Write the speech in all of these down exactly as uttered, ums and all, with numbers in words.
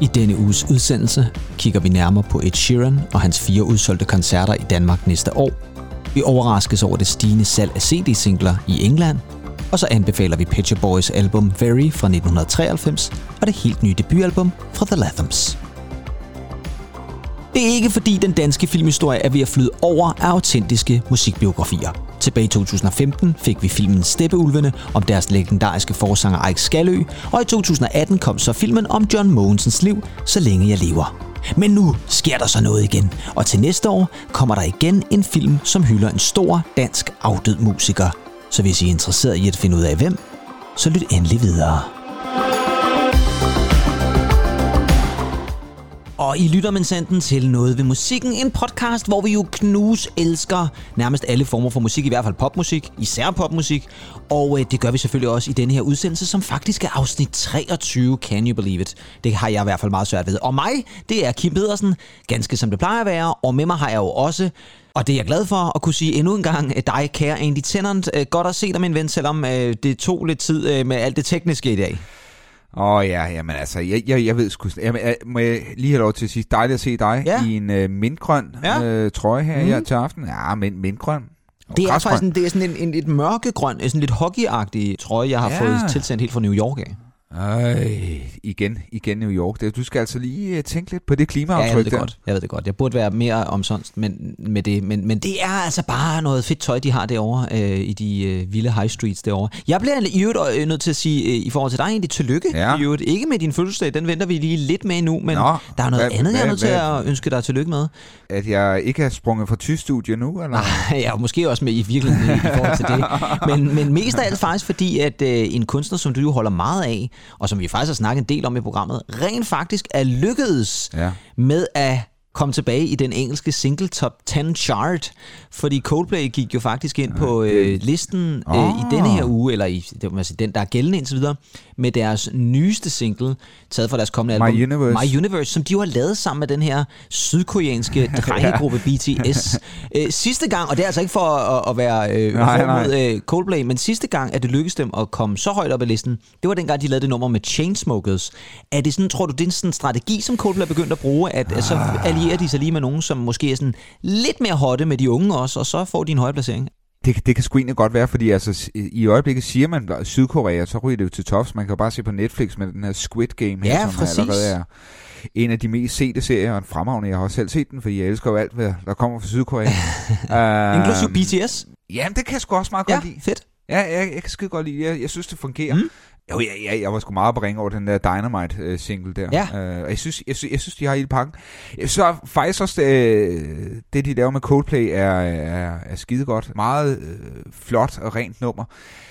I denne uges udsendelse kigger vi nærmere på Ed Sheeran og hans fire udsolgte koncerter i Danmark næste år. Vi overraskes over det stigende salg af C D-singler i England. Og så anbefaler vi Pet Shop Boys album Very fra nitten treoghalvfems og det helt nye debutalbum fra The Lathums. Det er ikke fordi den danske filmhistorie er ved at flyde over af autentiske musikbiografier. Tilbage i to tusind og femten fik vi filmen Steppeulvene om deres legendariske forsanger Eik Skalø, og i to tusind og atten kom så filmen om John Mogensens liv, Så længe jeg lever. Men nu sker der så noget igen, og til næste år kommer der igen en film, som hylder en stor dansk afdød musiker. Så hvis I er interesseret i at finde ud af hvem, så lyt endelig videre. Og I lytter minsanden til Noget ved musikken, en podcast, hvor vi jo knus elsker nærmest alle former for musik, i hvert fald popmusik, især popmusik. Og øh, det gør vi selvfølgelig også i denne her udsendelse, som faktisk er afsnit treogtyve, Can You Believe It? Det har jeg i hvert fald meget svært ved. Og mig, det er Kim Pedersen, ganske som det plejer at være, og med mig har jeg jo også... Og det er jeg glad for at kunne sige endnu en gang, dig, kære Andy Tennant. Godt at se dig, min ven, selvom øh, det tog lidt tid øh, med alt det tekniske i dag. Åh oh, ja, jamen altså, jeg, jeg, jeg ved sgu... Jamen, må jeg lige have lov til at sige, dejligt at se dig ja. i en øh, mintgrøn ja. øh, trøje her, mm. her til aften. Ja, men mintgrøn. Det er faktisk en, det er sådan en, en, et mørkegrøn, sådan lidt hockeyagtig trøje, jeg har ja. fået tilsendt helt fra New York af. Øj, igen, igen New York. Du skal altså lige tænke lidt på det klimaaftryk. Ja, jeg ved det der. godt. Jeg ved det godt. Jeg burde være mere omsonst men, med det, men, men det er altså bare noget fedt tøj, de har derovre øh, i de øh, vilde high streets derovre. Jeg bliver i øvrigt øh, nødt til at sige, øh, i forhold til dig egentlig, tillykke. Ja. I øvrigt, ikke med din fødselsdag, den venter vi lige lidt med nu, men Nå, der er noget hvad, andet, jeg er nødt til at ønske dig tillykke med. At jeg ikke har sprunget fra tysk-studie nu, eller? Nej, ja, måske også med i virkeligheden i forhold til det. Men, men mest af alt faktisk, fordi at øh, en kunstner, som du jo holder meget af, og som vi faktisk har snakket en del om i programmet, rent faktisk er lykkedes ja. med at komme tilbage i den engelske single top ti chart, fordi Coldplay gik jo faktisk ind på øh, listen øh, oh. i denne her uge, eller i det vil sige, den, der er gældende indtil videre, med deres nyeste single, taget fra deres kommende album, My Universe, My Universe som de jo har lavet sammen med den her sydkoreanske drengegruppe B T S. øh, sidste gang, og det er altså ikke for at, at være øh, nej, mod øh, Coldplay, men sidste gang, at det lykkedes dem at komme så højt op ad listen, det var dengang, de lavede det nummer med Chainsmokers. Er det sådan, tror du, det er sådan en strategi, som Coldplay er begyndt at bruge, at ah. så allierer de sig lige med nogen, som måske er sådan lidt mere hotte med de unge også, og så får de en høj placering? Det, det kan sgu egentlig godt være, fordi altså, i øjeblikket siger man Sydkorea, så ryger det jo til tops. Man kan jo bare se på Netflix med den her Squid Game her, ja, som præcis. allerede er en af de mest sete serier, og en fremragende. Jeg har også selv set den, fordi jeg elsker jo alt, hvad der kommer fra Sydkorea. uh, Inklusive B T S? Jamen, det kan jeg sgu også meget godt ja, lide. fedt. Ja, jeg, jeg kan skide godt lide. Jeg, jeg synes, det fungerer. Mm. Jo, jeg, jeg, jeg var sgu meget på ringe over den der Dynamite-single der. Ja. Uh, og jeg synes, jeg, synes, jeg synes, de har i pakken. Jeg synes faktisk også, det, det de laver med Coldplay er, er, er skide godt. Meget øh, flot og rent nummer.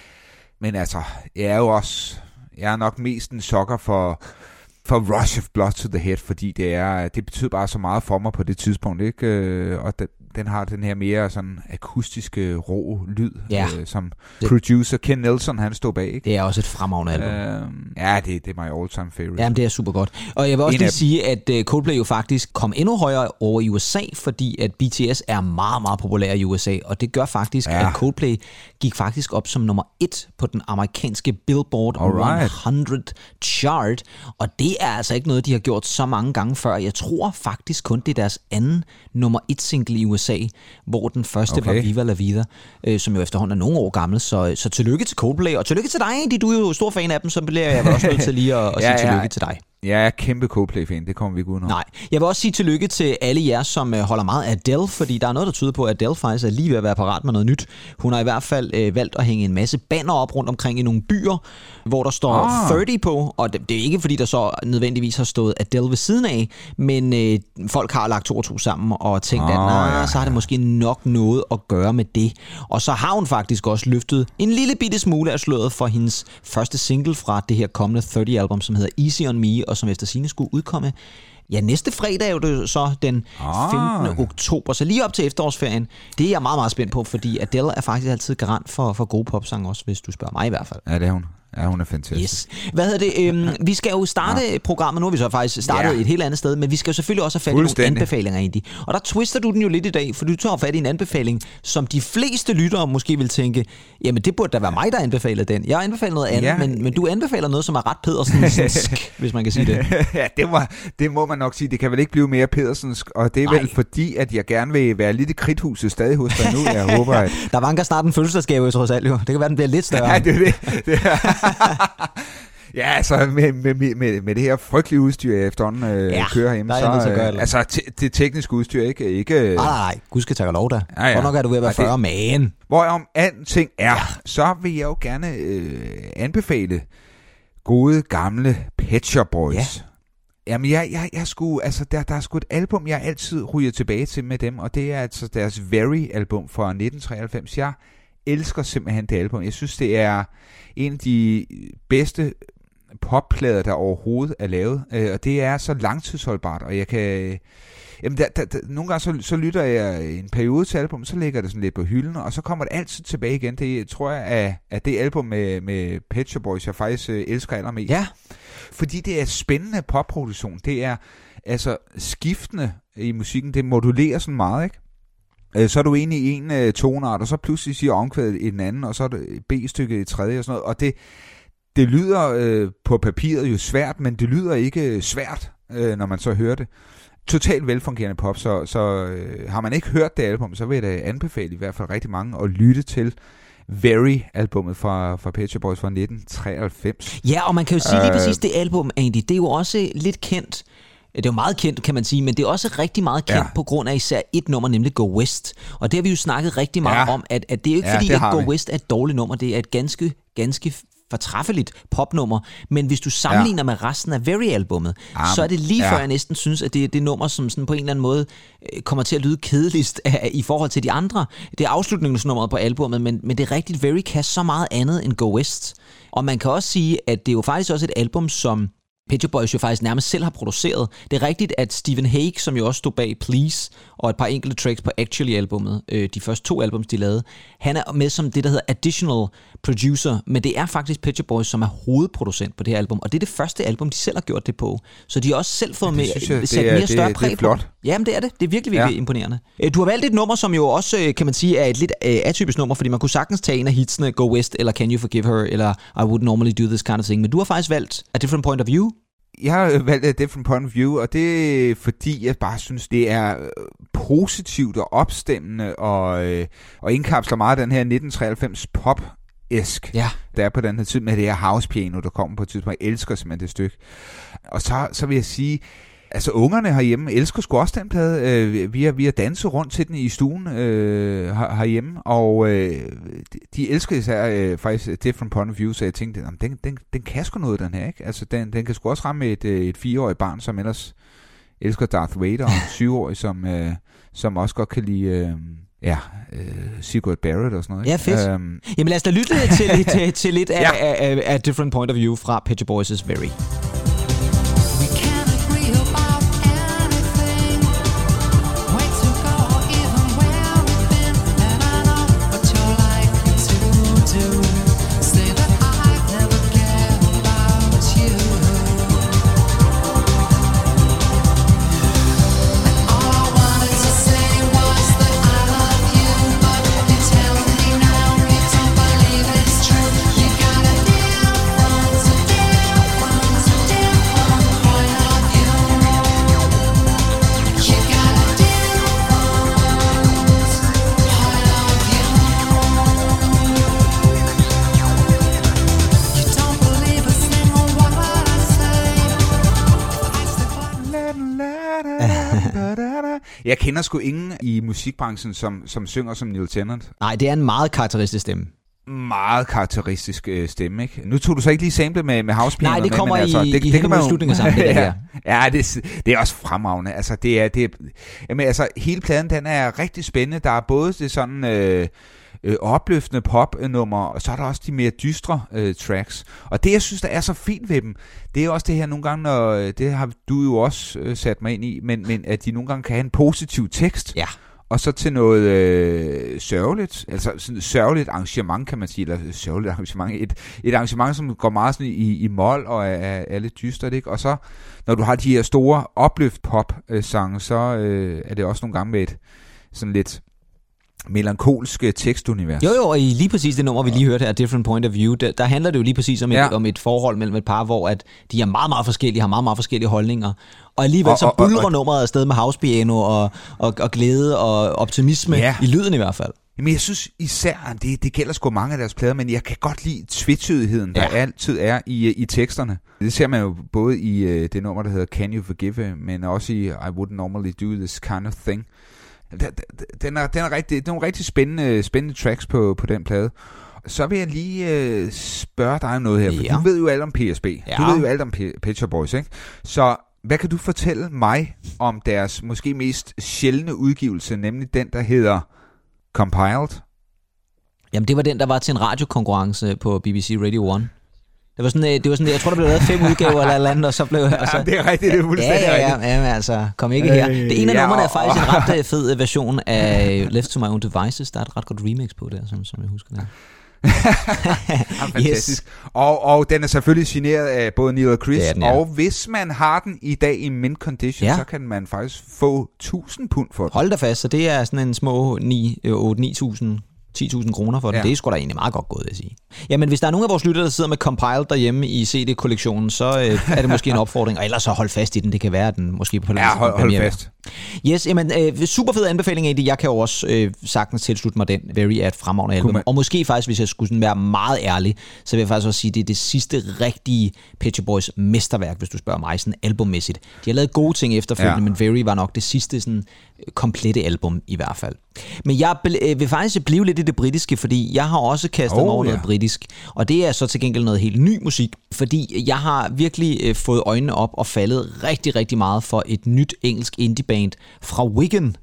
Men altså, jeg er jo også... Jeg er nok mest en sokker for... for Rush of Blood to the Head, fordi det er det betyder bare så meget for mig på det tidspunkt, ikke? Og den, den har den her mere sådan akustiske rå lyd, ja. øh, som det, producer Ken Nelson han står bag, ikke? Det er også et fremragende album. Øh, ja, det, det er my all-time favorite. Jamen, det er super godt. Og jeg vil også en lige af... sige, at Coldplay jo faktisk kom endnu højere over i U S A, fordi at B T S er meget, meget populær i U S A, og det gør faktisk, ja. at Coldplay gik faktisk op som nummer et på den amerikanske Billboard Alright. hundrede chart, og det er altså ikke noget, de har gjort så mange gange før. Jeg tror faktisk kun, det er deres anden nummer et single i U S A, hvor den første okay. var Viva La Vida, øh, som jo efterhånden er nogle år gammel. Så, så tillykke til Coldplay, og tillykke til dig, Andy. Du er jo stor fan af dem, så bliver jeg også nødt til lige at, at ja, sige tillykke ja. til dig. Jeg er kæmpe Coldplay-fan, det kommer vi ikke ud af. Nej, jeg vil også sige tillykke til alle jer, som holder meget af Adele, fordi der er noget, der tyder på, at Adele faktisk er lige ved at være parat med noget nyt. Hun har i hvert fald øh, valgt at hænge en masse banner op rundt omkring i nogle byer, hvor der står ah. tredive på, og det, det er ikke fordi, der så nødvendigvis har stået Adele ved siden af, men øh, folk har lagt to og to sammen og tænkt, ah, at nej, ja. så har det måske nok noget at gøre med det. Og så har hun faktisk også løftet en lille bitte smule af sløret for hendes første single fra det her kommende tredive-album, som hedder Easy on Me, og som efter sigende skulle udkomme ja, næste fredag er jo det så den femtende oktober, så lige op til efterårsferien. Det er jeg meget, meget spændt på, fordi Adele er faktisk altid garant for, for gode popsange også, hvis du spørger mig i hvert fald. Ja, det er hun. Ja, hun er fantastisk. Yes. Hvad hedder det? Øhm, vi skal jo starte ja. programmet, nu har vi så faktisk startet ja. et helt andet sted, men vi skal jo selvfølgelig også have fat i nogle anbefalinger egentlig. Og der twister du den jo lidt i dag, for du tager fat i en anbefaling, som de fleste lyttere måske vil tænke, jamen det burde da være mig, der anbefaler den. Jeg anbefaler noget andet, ja. men, men du anbefaler noget, som er ret Pedersensk, hvis man kan sige det. Ja, det må, det må man nok sige. Det kan vel ikke blive mere Pedersensk, og det er vel Ej. fordi, at jeg gerne vil være lidt i kridthuset stadig hos dig nu. Jeg håber, at... Der vanker snart en fødselsdagsgave trods alt jo. Det kan være, den bliver lidt større. Ja, det er det. det er... Ja, altså med, med, med, med det her frygtelige udstyr, jeg efterhånden øh, ja, kører hjemme, så, så øh, altså t- det tekniske udstyr, ikke... ikke nej, nej, nej, gud skal tage lov da. Ja, ja. Hvor nok er du ved at være fyrre, man. Hvorom alting er, ja. så vil jeg jo gerne øh, anbefale gode, gamle Pet Shop Boys. Ja. Jamen, jeg, jeg, jeg skulle, altså, der, der er sgu et album, jeg altid ryger tilbage til med dem, og det er altså deres Very-album fra nitten treoghalvfems. Jeg elsker simpelthen det album. Jeg synes, det er en af de bedste popplader, der overhovedet er lavet, øh, og det er så langtidsholdbart, og jeg kan... Jamen, der, der, der, nogle gange så, så lytter jeg en periode til album, så ligger det sådan lidt på hylden, og så kommer det altid tilbage igen. Det tror jeg er, er det album med, med Pet Shop Boys, jeg faktisk øh, elsker allermest. Ja. Fordi det er spændende popproduktion. Det er altså skiftende i musikken. Det modulerer sådan meget, ikke? Øh, så er du inde i en øh, tonart, og så pludselig siger omkvædet i den anden, og så er det B-stykket i tredje og sådan noget. Og det, det lyder øh, på papiret jo svært, men det lyder ikke svært, øh, når man så hører det. Totalt velfungerende pop, så, så øh, har man ikke hørt det album, så vil jeg da anbefale i hvert fald rigtig mange at lytte til Very-albummet fra, fra Pet Shop Boys fra nitten treoghalvfems. Ja, og man kan jo sige lige præcis, det album, egentlig, det er jo også lidt kendt. Det er jo meget kendt, kan man sige, men det er også rigtig meget kendt ja. på grund af især et nummer, nemlig Go West. Og det har vi jo snakket rigtig meget ja. om, at, at det er jo ikke ja, fordi, at Go vi. West er et dårligt nummer, det er et ganske, ganske fortræffeligt popnummer, men hvis du sammenligner ja. med resten af Very-albummet, ja, så er det lige ja. før jeg næsten synes, at det er det nummer, som sådan på en eller anden måde kommer til at lyde kedeligst af, i forhold til de andre. Det er afslutningsnummeret på albummet, men, men det er rigtigt, Very kan så meget andet end Go West. Og man kan også sige, at det er jo faktisk også et album, som Pet Shop Boys jo faktisk nærmest selv har produceret. Det er rigtigt, at Stephen Hague, som jo også stod bag Please, og et par enkelte tracks på Actually-albummet, øh, de første to albums, de lavede, han er med som det, der hedder additional producer, men det er faktisk Pet Shop Boys, som er hovedproducent på det her album, og det er det første album, de selv har gjort det på. Så de har også selv fået med, jeg, sat mere større det, præg det på. Jamen, det er det. Det er virkelig, virkelig ja. imponerende. Du har valgt et nummer, som jo også, kan man sige, er et lidt atypisk nummer, fordi man kunne sagtens tage en af hitsene, Go West, eller Can You Forgive Her, eller I Wouldn't Normally Do This Kind of Thing, men du har faktisk valgt A Different Point of View. Jeg har valgt A Different Point of View, og det er fordi, jeg bare synes, det er positivt og opstemmende, og, og indkapsler meget af den her nitten treoghalvfems pop-esk, ja. der er på den her tid med det her house-piano, der kommer på et tidspunkt. Jeg elsker simpelthen det stykke. Og så, så vil jeg sige, altså ungerne herhjemme elsker sgu også den plade. Øh, vi, har, vi har danset rundt til den i stuen øh, her, herhjemme, og øh, de elsker især øh, faktisk A Different Point of View, så jeg tænkte, den, den, den kan sgu noget, den her, ikke? Altså, den, den kan sgu også ramme et, et fireårigt barn, som ellers elsker Darth Vader, og en syvårig, som, øh, som også godt kan lide... Øh, Ja, uh, Sigurd Barrett og sådan noget. Ikke? Ja, fedt. Um, Jamen lad os da lytte til, til, til lidt af, ja. af, af Different Point of View fra Pet Shop Boys' Very. Jeg kender sgu ingen i musikbranchen, som, som synger som Neil Tennant. Nej, det er en meget karakteristisk stemme. Meget karakteristisk øh, stemme, ikke? Nu tog du så ikke lige sample med, med house-pianoet. Nej, det kommer med, men, i, altså, det, i det hele slutningen sammen. Det ja, ja det, det er også fremragende. Altså, det er, det er, jamen, altså, hele pladen, den er rigtig spændende. Der er både det sådan... Øh, Øh, opløftende popnummer, og så er der også de mere dystre øh, tracks. Og det, jeg synes, der er så fint ved dem, det er også det her nogle gange, når, det har du jo også øh, sat mig ind i, men, men at de nogle gange kan have en positiv tekst, ja. og så til noget øh, sørgeligt, altså sådan et sørgeligt arrangement, kan man sige, eller sørgeligt arrangement, et, et arrangement, som går meget sådan i, i mol og er, er lidt dystert, ikke? Og så, når du har de her store opløft-pop-sange, så øh, er det også nogle gange med et sådan lidt melankolske tekstunivers. Jo, jo, og i lige præcis det nummer, vi lige hørte her, Different Point of View, der, der handler det jo lige præcis om et, ja. om et forhold mellem et par, hvor at de er meget, meget forskellige, har meget, meget forskellige holdninger, og alligevel og, så bulrer nummeret afsted med housepiano og, og, og glæde og optimisme, ja. i lyden i hvert fald. Men jeg synes især, det, det gælder sgu mange af deres plader, men jeg kan godt lide tvetydigheden, der ja. altid er i, i teksterne. Det ser man jo både i uh, det nummer, der hedder Can You Forgive, men også i I Wouldn't Normally Do This Kind of Thing. Den er, den er rigtig, det er nogle rigtig spændende, spændende tracks på, på den plade. Så vil jeg lige øh, spørge dig om noget her, for ja. du ved jo alt om P S B. Ja. Du ved jo alt om P- Pet Shop Boys, ikke? Så hvad kan du fortælle mig om deres måske mest sjældne udgivelse, nemlig den, der hedder Compiled? Jamen, det var den, der var til en radiokonkurrence på B B C Radio et. Det var sådan, det var sådan, jeg tror, der blev lavet fem udgaver eller eller andet, og så blev... Og så, ja, det er rigtigt, det er fuldstændig ja, ja, ja, rigtigt. Ja, men altså, kom ikke her. Det ene af ja, numrene er faktisk en ret fed version af Left to My Own Devices. Der er et ret godt remix på der, som, som jeg husker det. Fantastisk. Yes. Og, og den er selvfølgelig signeret af både Neil og Chris, den, ja. og hvis man har den i dag i mint condition, ja. så kan man faktisk få tusind pund for den. Hold da fast, så det er sådan en små otte ni tusind ti tusind kroner for den. Ja. Det er sgu da egentlig meget godt gået, vil jeg sige. Jamen, hvis der er nogen af vores lyttere, der sidder med Compiled derhjemme i C D-kollektionen, så øh, er det måske en opfordring. Og ellers så hold fast i den. Det kan være, at den måske på ja, hold, hold fast. Yes, jamen, øh, super fed anbefaling af det. Jeg kan jo også øh, sagtens tilslutte mig den. Very at fremragende album. Og måske faktisk, hvis jeg skulle sådan være meget ærlig, så vil jeg faktisk også sige, at det er det sidste rigtige Pet Shop Boys mesterværk, hvis du spørger mig, sådan albummæssigt. De har lavet gode ting efterfølgende, ja. men Very var nok det sidste sådan komplette album i hvert fald. Men jeg vil faktisk blive lidt i det britiske, fordi jeg har også kastet oh, mig over yeah. noget britisk, og det er så til gengæld noget helt ny musik, fordi jeg har virkelig øh, fået øjnene op og faldet rigtig, rigtig meget for et nyt engelsk indieband fra Wigan,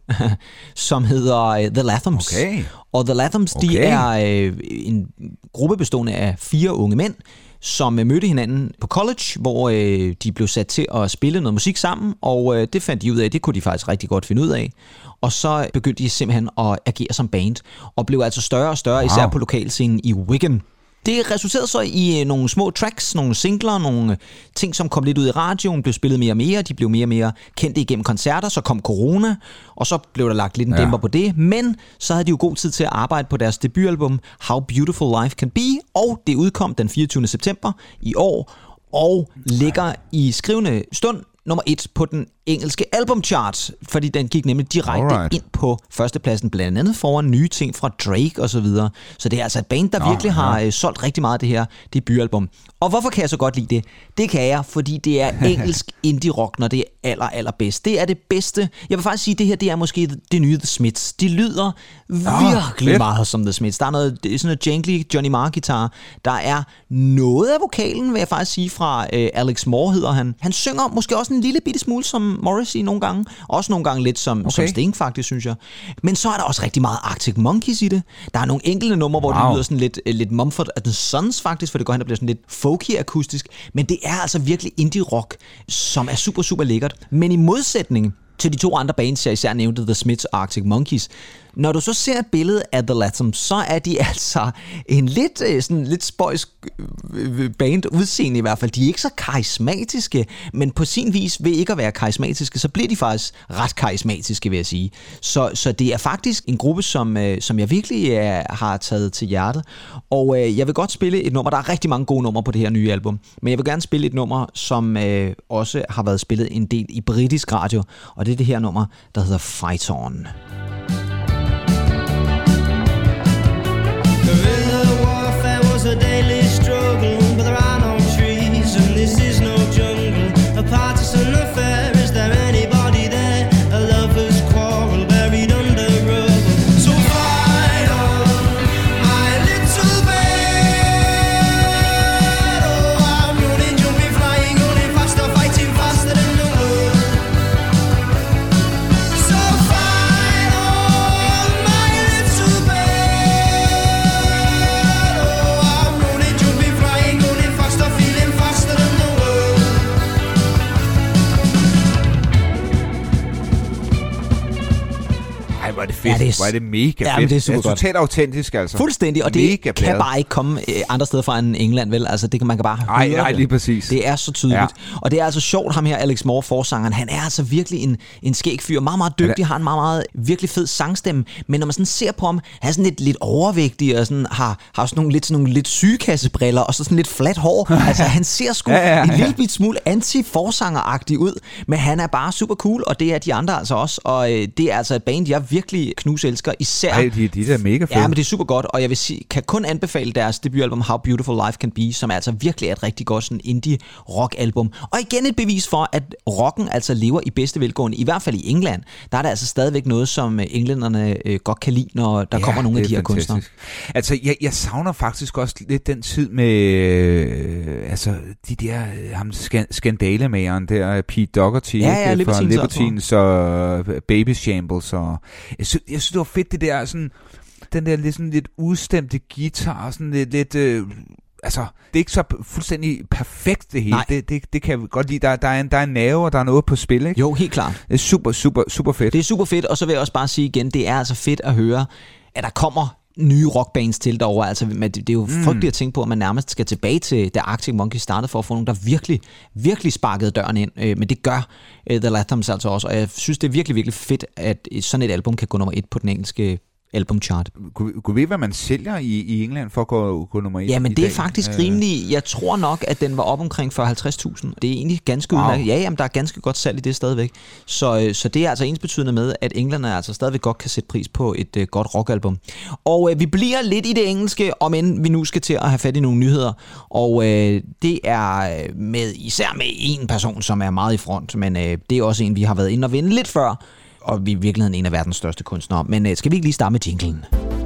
som hedder øh, The Latham's. Okay. Og The Latham's, okay. de er øh, en gruppe bestående af fire unge mænd, som mødte hinanden på college, hvor øh, de blev sat til at spille noget musik sammen, og øh, det fandt de ud af, det kunne de faktisk rigtig godt finde ud af. Og så begyndte de simpelthen at agere som band, og blev altså større og større, wow. især på lokalscenen i Wigan. Det resulterede så i nogle små tracks, nogle singler, nogle ting, som kom lidt ud i radioen, blev spillet mere og mere, de blev mere og mere kendte igennem koncerter, så kom corona, og så blev der lagt lidt en ja. dæmper på det, men så havde de jo god tid til at arbejde på deres debutalbum How Beautiful Life Can Be, og det udkom den fireogtyvende september i år, og ligger i skrivende stund nummer et på den engelske albumchart, fordi den gik nemlig direkte Alright. ind på førstepladsen, blandt andet foran nye ting fra Drake og så videre. Så det er altså et band, der oh, virkelig har ja. solgt rigtig meget af det her debutalbum. Og hvorfor kan jeg så godt lide det? Det kan jeg, fordi det er engelsk indie-rock, når det er aller, aller bedst. Det er det bedste. Jeg vil faktisk sige, at det her det er måske det nye The Smiths. De lyder virkelig oh, meget som The Smiths. Der er noget, det er sådan noget jangly Johnny Marr-guitar. Der er noget af vokalen, vil jeg faktisk sige, fra øh, Alex Moore hedder han. Han synger måske også en lille bitte smule som Morrissey nogle gange. Også nogle gange lidt som, okay. som Sting, faktisk, synes jeg. Men så er der også rigtig meget Arctic Monkeys i det. Der er nogle enkelte numre, hvor wow. det lyder sådan lidt, lidt Mumford and Sons, faktisk, for det går hen og bliver sådan lidt folky akustisk. Men det er altså virkelig indie-rock, som er super, super lækkert. Men i modsætning til de to andre bands, jeg især nævnte, The Smiths og Arctic Monkeys, når du så ser et billede af The Latham's, så er de altså en lidt, sådan lidt spøjsk band udseende i hvert fald. De er ikke så karismatiske, men på sin vis ved ikke at være karismatiske, så bliver de faktisk ret karismatiske, vil jeg sige. Så, så det er faktisk en gruppe, som, som jeg virkelig er, har taget til hjertet. Og øh, jeg vil godt spille et nummer. Der er rigtig mange gode numre på det her nye album, men jeg vil gerne spille et nummer, som øh, også har været spillet en del i britisk radio, og det er det her nummer, der hedder Fight On. Guerrilla warfare was a daily struggle, but there are no trees and this is no jungle. A partisan affair, is there anybody there? A lover's quarrel buried under rubble. So fight on, my little bird. Oh, I'm running, jumping, flying, running faster, fighting faster than the world. So fight on. fedt. Ja, det er, hvor er det mega fedt. Ja, det er super det er totalt autentisk, altså. Fuldstændig, og det mega kan bladet. Bare ikke komme andre steder fra end England, vel? Altså, det kan man kan bare ej, høre nej, det. lige præcis. Det er så tydeligt. Ja. Og det er altså sjovt, ham her, Alex Moore, forsangeren. Han er altså virkelig en, en skæg fyr. Meget, meget dygtig. Har en meget, meget virkelig fed sangstemme. Men når man sådan ser på ham, han er sådan lidt, lidt overvægtig og sådan, har, har sådan nogle lidt, sådan nogle lidt sygekassebriller og så sådan lidt flat hår. Altså, han ser sgu ja, ja, ja. en lille bit smule anti-forsanger-agtig ud, men han er bare super cool, og det er de andre altså også. Og øh, det er altså et band, jeg virkelig knuselsker. Især... Ej, de, de er mega fede. Ja, men det er super godt, og jeg vil sige, kan kun anbefale deres debutalbum How Beautiful Life Can Be, som altså virkelig er et rigtig godt sådan indie-rock-album. Og igen et bevis for, at rocken altså lever i bedste velgående. I hvert fald i England, der er der altså stadigvæk noget, som englænderne øh, godt kan lide, når der ja, kommer nogle af de her fantastisk. kunstnere. Altså, jeg, jeg savner faktisk også lidt den tid med øh, altså, de der ham skandalemageren der, Pete Doherty, ja, ja, ikke, fra Libertines og Baby Shambles. Og jeg, synes, jeg synes, det var fedt, det der sådan, den der lidt, sådan lidt udstemte guitar, sådan lidt, lidt øh, altså, det er ikke så fuldstændig perfekt det hele. Det, det, det kan jeg godt lide. Der, der, er en, der er en nerve, og der er noget på spil, ikke? Jo, helt klart. Det er super, super, super fedt. Det er super fedt, og så vil jeg også bare sige igen, det er altså fedt at høre, at der kommer nye rockbands til derovre. Altså, det er jo mm. frygteligt at tænke på, at man nærmest skal tilbage til, da Arctic Monkeys startede, for at få nogen, der virkelig, virkelig sparkede døren ind. Men det gør The Latham's altså også, og jeg synes, det er virkelig, virkelig fedt, at sådan et album kan gå nummer et på den engelske albumchart. Kunne du vide, hvad man sælger i, i England for at gå, gå nummer et? Ja, men det er dag? faktisk rimelig... Jeg tror nok, at den var op omkring fyrre til halvtreds tusind. Det er egentlig ganske wow. udmærket. Ja, jamen, der er ganske godt salg i det stadigvæk. Så, så det er altså ensbetydende med, at englænderne altså stadigvæk godt kan sætte pris på et uh, godt rockalbum. Og uh, vi bliver lidt i det engelske, om end vi nu skal til at have fat i nogle nyheder. Og uh, det er med især med en person, som er meget i front, men uh, det er også en, vi har været inde og vinde lidt før. Og vi er i virkeligheden en af verdens største kunstnere. Men øh, skal vi ikke lige starte med jinglen?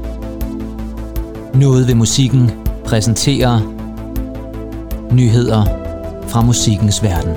Noget ved musikken præsenterer nyheder fra musikkens verden.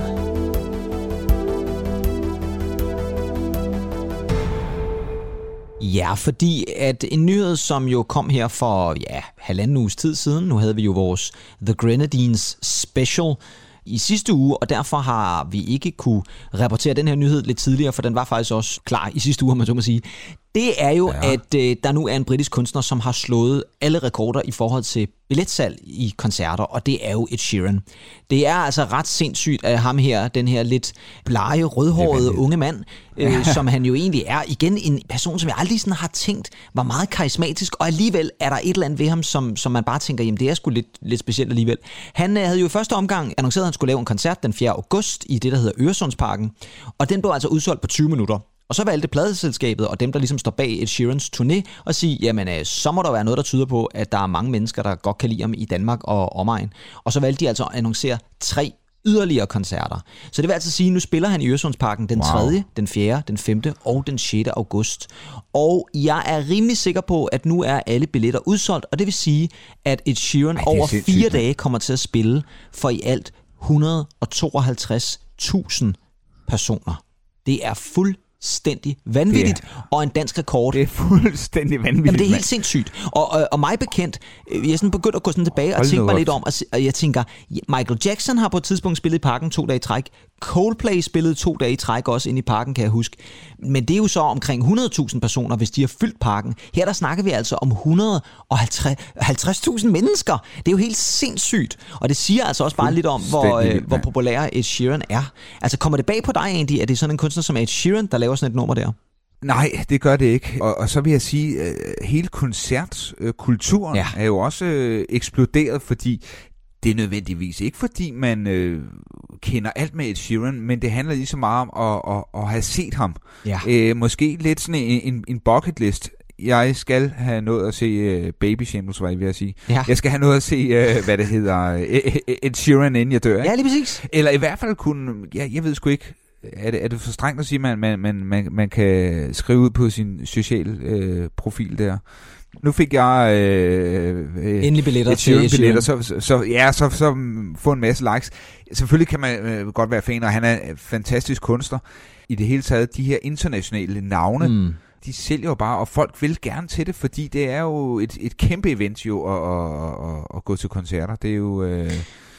Ja, fordi at en nyhed, som jo kom her for ja, halvanden uges tid siden, nu havde vi jo vores The Grenadines Special i sidste uge, og derfor har vi ikke kunne rapportere den her nyhed lidt tidligere, for den var faktisk også klar i sidste uge, om man så må sige. Det er jo, ja. at øh, der nu er en britisk kunstner, som har slået alle rekorder i forhold til billetsalg i koncerter, og det er jo Ed Sheeran. Det er altså ret sindssygt at ham her, den her lidt blege, rødhårede unge mand, øh, som han jo egentlig er. Igen en person, som jeg aldrig sådan har tænkt var meget karismatisk, og alligevel er der et eller andet ved ham, som, som man bare tænker, jamen det er sgu lidt, lidt specielt alligevel. Han øh, havde jo i første omgang annonceret, at han skulle lave en koncert den fjerde august i det, der hedder Øresundsparken, og den blev altså udsolgt på tyve minutter. Og så valgte pladeselskabet og dem, der ligesom står bag Ed Sheerans turné, at sige, jamen så må der være noget, der tyder på, at der er mange mennesker, der godt kan lide ham i Danmark og omegn. Og så valgte de altså at annoncere tre yderligere koncerter. Så det vil altså sige, at nu spiller han i Øresundsparken den tredje, den fjerde, den femte og den sjette august. Og jeg er rimelig sikker på, at nu er alle billetter udsolgt, og det vil sige, at Ed Sheeran Ej, over fire dage kommer til at spille for i alt et hundrede og tooghalvtreds tusind personer. Det er fuld fuldstændig vanvittigt, det er, og en dansk rekord. Det er fuldstændig vanvittigt. Jamen, det er helt sindssygt. Og, og, og mig bekendt, jeg er sådan begyndt at gå sådan tilbage og tænke mig lidt om, og jeg tænker, Michael Jackson har på et tidspunkt spillet i Parken to dage i træk. Coldplay spillede to dage i træk også inde i Parken, kan jeg huske. Men det er jo så omkring hundrede tusind personer, hvis de har fyldt Parken. Her der snakker vi altså om et hundrede og halvtreds tusind mennesker. Det er jo helt sindssygt. Og det siger altså også bare lidt om, hvor, øh, hvor populær Ed Sheeran er. Altså kommer det bag på dig egentlig, at det er sådan en kunstner som Ed Sheeran, der laver sådan et nummer der? Nej, det gør det ikke. Og, og så vil jeg sige, at hele koncertkulturen ja. er jo også øh, eksploderet, fordi det er nødvendigvis ikke, fordi man øh, kender alt med Ed Sheeran, men det handler lige så meget om at, at, at have set ham. Ja. Æ, måske lidt sådan en, en, en bucket list. Jeg skal have noget at se uh, Baby Shambles, var jeg ved at sige. Ja. Jeg skal have noget at se, uh, hvad det hedder, Ed Sheeran, inden jeg dør. Ikke? Ja, lige præcis. Eller i hvert fald kunne, ja, jeg ved sgu ikke, er det, er det for strengt at sige, at man, man, man, man, man kan skrive ud på sin sociale øh, profil der. Nu fik jeg øh, endelig billetter til Ed Sheeran, så, så, så ja, så, så få en masse likes. Selvfølgelig kan man øh, godt være fan, og han er en fantastisk kunstner. I det hele taget, de her internationale navne, mm. de sælger jo bare, og folk vil gerne til det, fordi det er jo et, et kæmpe event jo at, at, at, at gå til koncerter. Det er jo... Øh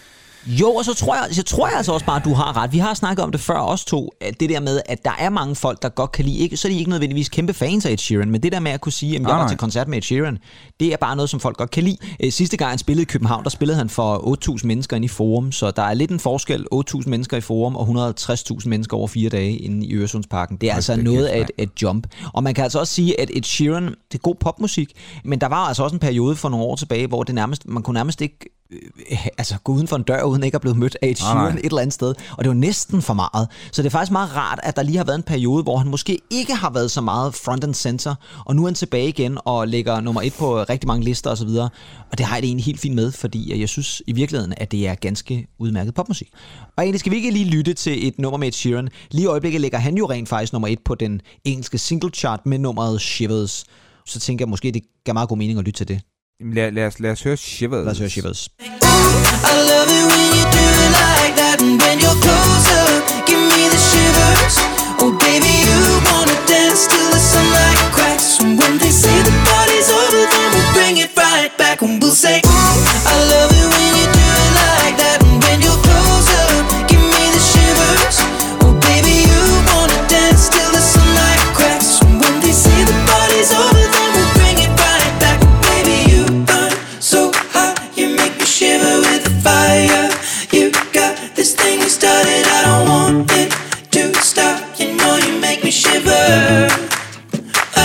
Jo, og så tror jeg, så tror jeg altså også bare, at du har ret. Vi har snakket om det før, os to. At det der med, at der er mange folk, der godt kan lide, ikke, så er de ikke nødvendigvis kæmpe fans af Ed Sheeran, men det der med at kunne sige, at jeg var til koncert med Ed Sheeran, det er bare noget, som folk godt kan lide. Sidste gang han spillede i København, der spillede han for otte tusind mennesker inde i Forum, så der er lidt en forskel. otte tusind mennesker i Forum og et hundrede og tres tusind mennesker over fire dage inde i Øresundsparken. Det er altså noget af et, et jump. Og man kan altså også sige, at Ed Sheeran, det er god popmusik, men der var altså også en periode for nogle år tilbage, hvor det nærmest, man kunne nærmest ikke øh, altså gå uden for en dør, uden ikke at blive mødt af Ed Sheeran ah, et eller andet sted. Og det var næsten for meget. Så det er faktisk meget rart, at der lige har været en periode, hvor han måske ikke har været så meget front and center, og nu er han tilbage igen og lægger nummer et på rigtig mange lister osv. Og, og det har jeg det egentlig helt fint med, fordi jeg synes i virkeligheden, at det er ganske udmærket popmusik. Og egentlig skal vi ikke lige lytte til et nummer med Ed Sheeran. Lige i øjeblikket lægger han jo rent faktisk nummer et på den engelske single chart med nummeret Shivers. Så tænker jeg måske, det gav meget god mening at lytte til det. Lad, lad, os, lad os høre Shivers. Lad os høre Shivers. I love it when you do it like that, and when you're closer, give me the shivers. Oh baby, you wanna dance till the sunlight cracks, and when they say the party's over, then we'll bring it right back, and we'll say, ooh, I love it when you do it like that, and when you're closer, give me the shivers. Oh baby, you wanna dance till the sunlight cracks, and when they say the party's over, then we'll bring it right back, baby, you burn so hot, you make me shiver with the fire. You got this thing you started, I don't want it to stop. You know you make me shiver. Uh,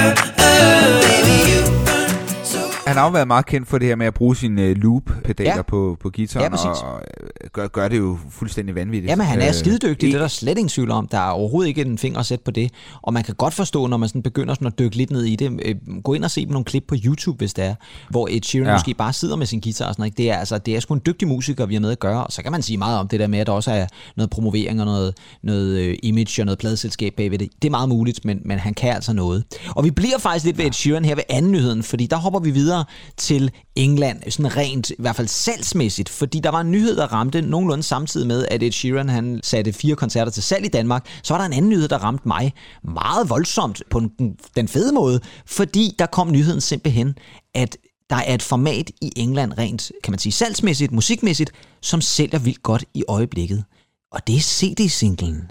uh, baby, you burn so hot. Han har jo været meget kendt for det her med at bruge sine uh, loop-pedaler ja. på, på guitaren, ja, og, og gør, gør det jo fuldstændig vanvittigt. Jamen, han er øh, skidedygtig, det er der slet ingen tvivl om. Der er overhovedet ikke en finger at sætte på det. Og man kan godt forstå, når man sådan begynder sådan at dykke lidt ned i det. Øh, gå ind og se på nogle klip på YouTube, hvis det er, hvor Ed Sheeran ja. måske bare sidder med sin guitar og sådan noget. Det er, altså, det er sgu en dygtig musiker, vi har med at gøre. Og så kan man sige meget om det der med, at der også er noget promovering og noget, noget øh, image og noget pladeselskab bagved det. Det er meget muligt, men, men han kan altså noget. Og vi bliver faktisk lidt ved Ed Sheeran her ved anden nyheden, fordi der hopper vi videre til England, sådan rent, i hvert fald salgsmæssigt, fordi der var en nyhed, der ramte nogenlunde samtidig med, at Ed Sheeran han satte fire koncerter til salg i Danmark. Så var der en anden nyhed, der ramte mig meget voldsomt på den, den fede måde, fordi der kom nyheden simpelthen, at der er et format i England rent, kan man sige, salgsmæssigt, musikmæssigt, som sælger vildt godt i øjeblikket. Og det er C D-singlen.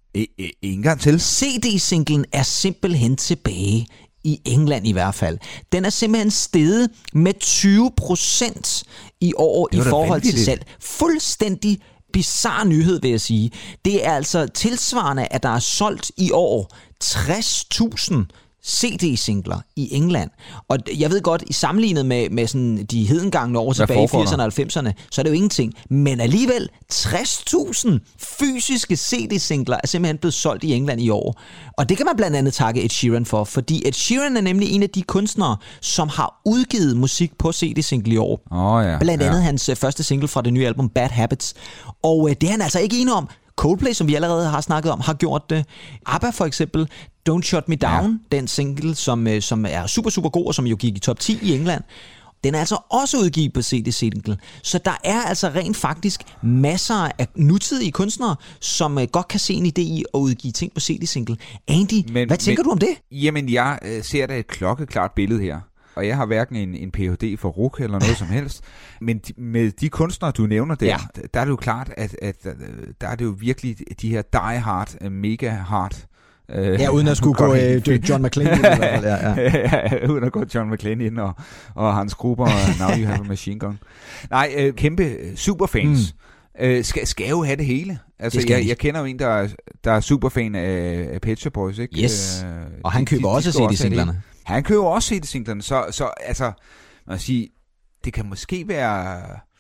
En gang til. C D-singlen er simpelthen tilbage. I England i hvert fald. Den er simpelthen steget med tyve procent i år i forhold til salg. Fuldstændig bizarre nyhed, vil jeg sige. Det er altså tilsvarende, at der er solgt i år tres tusind C D-singler i England. Og jeg ved godt, i sammenlignet med, med sådan de hedengangne år tilbage i firserne og halvfemserne, så er det jo ingenting. Men alligevel, tres tusind fysiske C D-singler er simpelthen blevet solgt i England i år. Og det kan man blandt andet takke Ed Sheeran for, fordi Ed Sheeran er nemlig en af de kunstnere, som har udgivet musik på C D-single i år. Oh, ja, blandt andet ja. hans første single fra det nye album Bad Habits. Og øh, det er han altså ikke enig om. Coldplay, som vi allerede har snakket om, har gjort det. ABBA for eksempel, Don't Shut Me Down, ja. den single, som, som er super, super god, og som jo gik i top ti i England. Den er altså også udgivet på C D-single. Så der er altså rent faktisk masser af nutidige kunstnere, som godt kan se en idé i at udgive ting på C D-single. Andy, men, hvad tænker men, du om det? Jamen, jeg øh, ser da et klokkeklart billede her. Og jeg har hverken en, en P H D for R U K eller noget som helst. Men de, med de kunstnere, du nævner der, ja. der er det jo klart, at, at der er det jo virkelig de her die hard, mega hard. Øh, ja, uden at skulle gå øh, John McClane ind. I hvert fald, ja, ja. ja, uden at gå John McClane ind og, og Hans Gruber og Now You Have a Machine Gun. Nej, øh, kæmpe superfans. Mm. Øh, skal, skal jo have det hele. Altså, det jeg, jeg kender jo en, der er, der er superfan af, af Pet Shop Boys, ikke? Yes, øh, og han de, køber de, de også C D-singlerne. Han køber også C D-singlerne, så, så altså, man sige, det kan måske være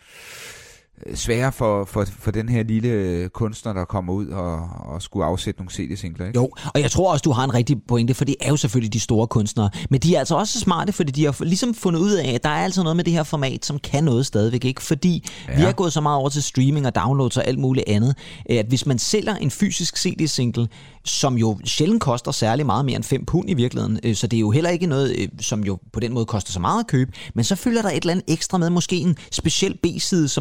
sværere for, for, for den her lille kunstner, der kommer ud og, og skulle afsætte nogle C D-singler, ikke? Jo, og jeg tror også, du har en rigtig pointe, for det er jo selvfølgelig de store kunstnere. Men de er altså også smarte, fordi de har ligesom fundet ud af, at der er altså noget med det her format, som kan noget stadigvæk, ikke? Fordi ja. vi er gået så meget over til streaming og downloads og alt muligt andet, at hvis man sælger en fysisk C D-single, som jo sjældent koster særlig meget mere end fem pund i virkeligheden, så det er jo heller ikke noget, som jo på den måde koster så meget at købe, men så følger der et eller andet ekstra med, måske en speciel B-side, som man kun kan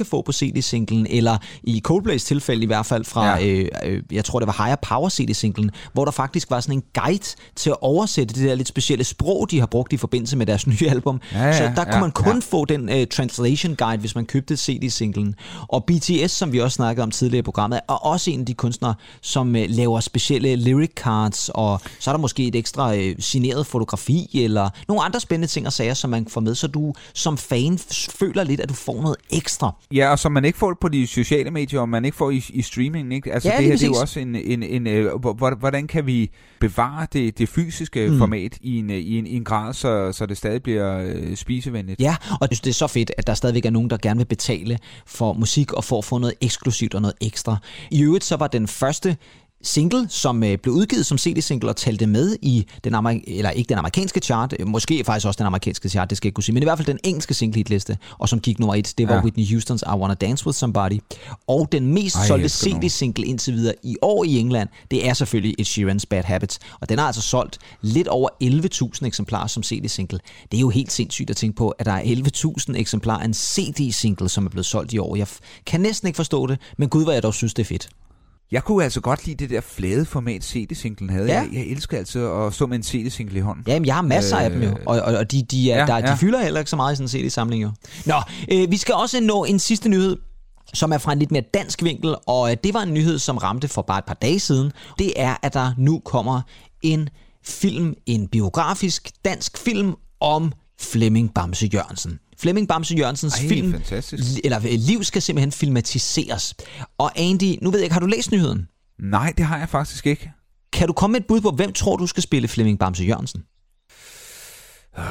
kan få på C D-singlen, eller i Coldplays tilfælde i hvert fald fra, ja. øh, øh, jeg tror det var Higher Power C D-singlen, hvor der faktisk var sådan en guide til at oversætte det der lidt specielle sprog, de har brugt i forbindelse med deres nye album. Ja, ja, så der kunne ja, man kun ja. få den uh, translation guide, hvis man købte C D-singlen. Og B T S, som vi også snakkede om tidligere i programmet, er også en af de kunstnere, som uh, laver specielle lyric cards, og så er der måske et ekstra uh, signeret fotografi, eller nogle andre spændende ting og sager, som man får med, så du som fan føler lidt, at du får noget ekstra. Ja, og som man ikke får på de sociale medier, og man ikke får i, i streaming, ikke? Altså ja, det her, det er jo også en, en, en, en hvordan kan vi bevare det, det fysiske mm. format i en, i, en, i en grad, så, så det stadig bliver øh, spisevenligt. Ja, og det er så fedt, at der stadigvæk er nogen, der gerne vil betale for musik og for at få noget eksklusivt og noget ekstra. I øvrigt så var den første single, som øh, blev udgivet som C D-single og talte med i den amerik- eller ikke den amerikanske chart, måske faktisk også den amerikanske chart, det skal jeg ikke kunne sige, men i hvert fald den engelske single-hitliste, og som gik nummer et, det var ja. Whitney Houston's I Wanna Dance With Somebody. Og den mest Ej, solgte C D-single indtil videre i år i England, det er selvfølgelig Ed Sheeran's Bad Habits, og den har altså solgt lidt over elleve tusind eksemplarer som C D-single. Det er jo helt sindssygt at tænke på, at der er elleve tusind eksemplarer af en C D-single, som er blevet solgt i år. Jeg f- kan næsten ikke forstå det, men gud, hvor jeg dog synes, det er fedt. Jeg kunne altså godt lide det der flade format C D-singlen havde. Ja. Jeg, jeg elsker altså at stå med en C D-single i hånden. Jamen, jeg har masser øh, af dem jo, og, og, og de, de, er, ja, der, ja. de fylder heller ikke så meget i sådan en C D-samling jo. Nå, øh, vi skal også nå en sidste nyhed, som er fra en lidt mere dansk vinkel, og det var en nyhed, som ramte for bare et par dage siden. Det er, at der nu kommer en film, en biografisk dansk film om Flemming Bamse Jørgensen. Flemming Bamse Jørgensens Ej, film, fantastisk. eller liv skal simpelthen filmatiseres. Og Andy, nu ved jeg ikke, har du læst nyheden? Nej, det har jeg faktisk ikke. Kan du komme med et bud på, hvem tror du skal spille Flemming Bamse Jørgensen? Uh,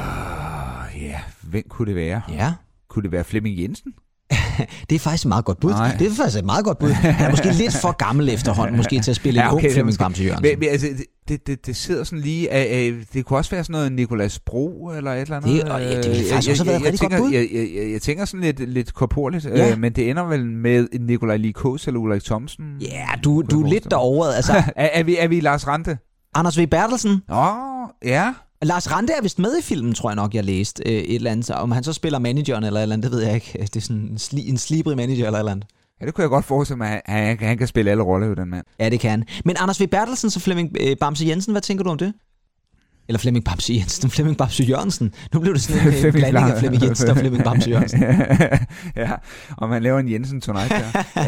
ja, hvem kunne det være? Ja. Kunne det være Flemming Jensen? Det er faktisk et meget godt bud. Nej. Det er faktisk et meget godt bud. Han er måske lidt for gammel efterhånden, måske til at spille ja, okay, en ung Flemming Bamse Jørgensen. Men, men, altså, det, det, det sidder sådan lige... Uh, uh, det kunne også være sådan noget Nicolas Bro, eller et eller andet. Det, og, ja, det ville faktisk uh, også have været et rigtig tænker, godt bud. Jeg, jeg, jeg, jeg tænker sådan lidt, lidt korporligt, ja. uh, men det ender vel med Nikolaj Likos eller Ulrik Thomsen. Ja, du, du er lidt derovre. Altså. er, er, vi, er vi Lars Rante? Anders V. Bertelsen. Åh, oh, ja... Lars Rante er vist med i filmen, tror jeg nok, jeg læste øh, et eller andet. Om han så spiller manageren eller et eller andet, det ved jeg ikke. Det er sådan en, sli, en slibrig manager eller et eller andet. Ja, det kunne jeg godt forestille mig, at han, han kan spille alle roller, den mand. Ja, det kan han. Men Anders V. Bertelsen og Flemming øh, Bamse Jensen, hvad tænker du om det? Eller Flemming Bamse Jensen, Flemming Bamse Jørgensen. Nu blev det sådan en blanding af Flemming Jensen og Flemming Bamse Jørgensen. Ja, og man laver en Jensen tonight der.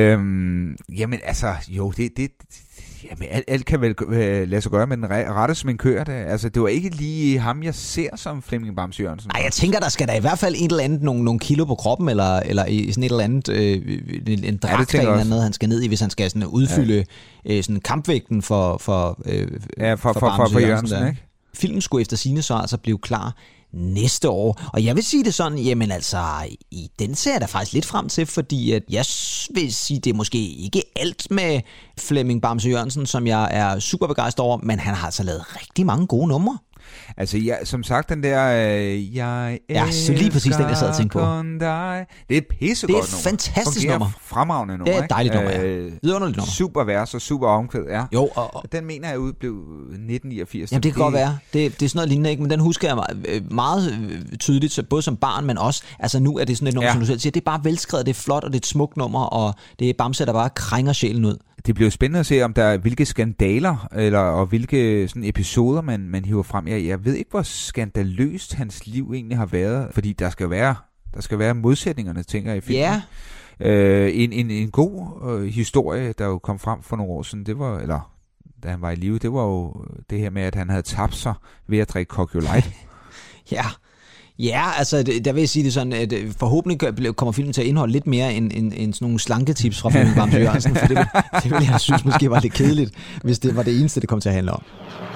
øhm, jamen altså, jo, det... det Jamen, alt, alt kan vel øh, lade sig gøre med den rette sminkør. Det. Altså, det var ikke lige ham, jeg ser som Flemming Bamse Jørgensen. Nej, jeg tænker, der skal der i hvert fald et eller andet, nogle, nogle kilo på kroppen, eller, eller i sådan et eller andet, øh, en dragt ja, eller andet, han skal ned i, hvis han skal sådan udfylde ja. øh, sådan kampvægten for, for, øh, ja, for, for, for, for, for Jørgensen. Jørgensen ikke? Filmen skulle efter sigende så altså blive klar næste år. Og jeg vil sige det sådan, jamen altså, i den ser jeg da faktisk lidt frem til, fordi at jeg vil sige, det er måske ikke alt med Flemming Bamse Jørgensen, som jeg er super begejstret over, men han har altså lavet rigtig mange gode numre. Altså, ja, som sagt, den der... Øh, jeg ja, så lige præcis den, jeg sad og tænkte på. Dig. Det er et pissegodt nummer. Det er et fantastisk nummer. Fremragende nummer. Det er et dejligt nummer, ja. Vidunderligt nummer. Super vers og super omkvæd, ja. Jo, og, og den mener jeg ud blev nitten niogfirs. Jamen, det kan det... godt være. Det, det er sådan noget lignende, ikke? Men den husker jeg meget, meget tydeligt, både som barn, men også... Altså, nu er det sådan et nummer, ja. som du selv siger. Det er bare velskrevet, det er flot, og det er et smukt nummer, og det er Bamse, der bare krænger sjælen ud. Det bliver spændende at se, om der er hvilke skandaler, eller, og hvilke sådan, episoder, man, man hiver frem. Jeg, jeg ved ikke, hvor skandaløst hans liv egentlig har været, fordi der skal være, der skal være modsætningerne, tænker jeg, i filmen. Ja. Øh, en, en, en god øh, historie, der jo kom frem for nogle år siden, det var, eller da han var i live, det var jo det her med, at han havde tabt sig ved at drikke Coke Light. Ja. Ja, altså, der vil jeg sige det sådan, at forhåbentlig kommer filmen til at indeholde lidt mere end, end, end sådan nogle slanketips fra Flemming Bamse Jørgensen, for det vil, det vil jeg synes måske var lidt kedeligt, hvis det var det eneste, det kom til at handle om.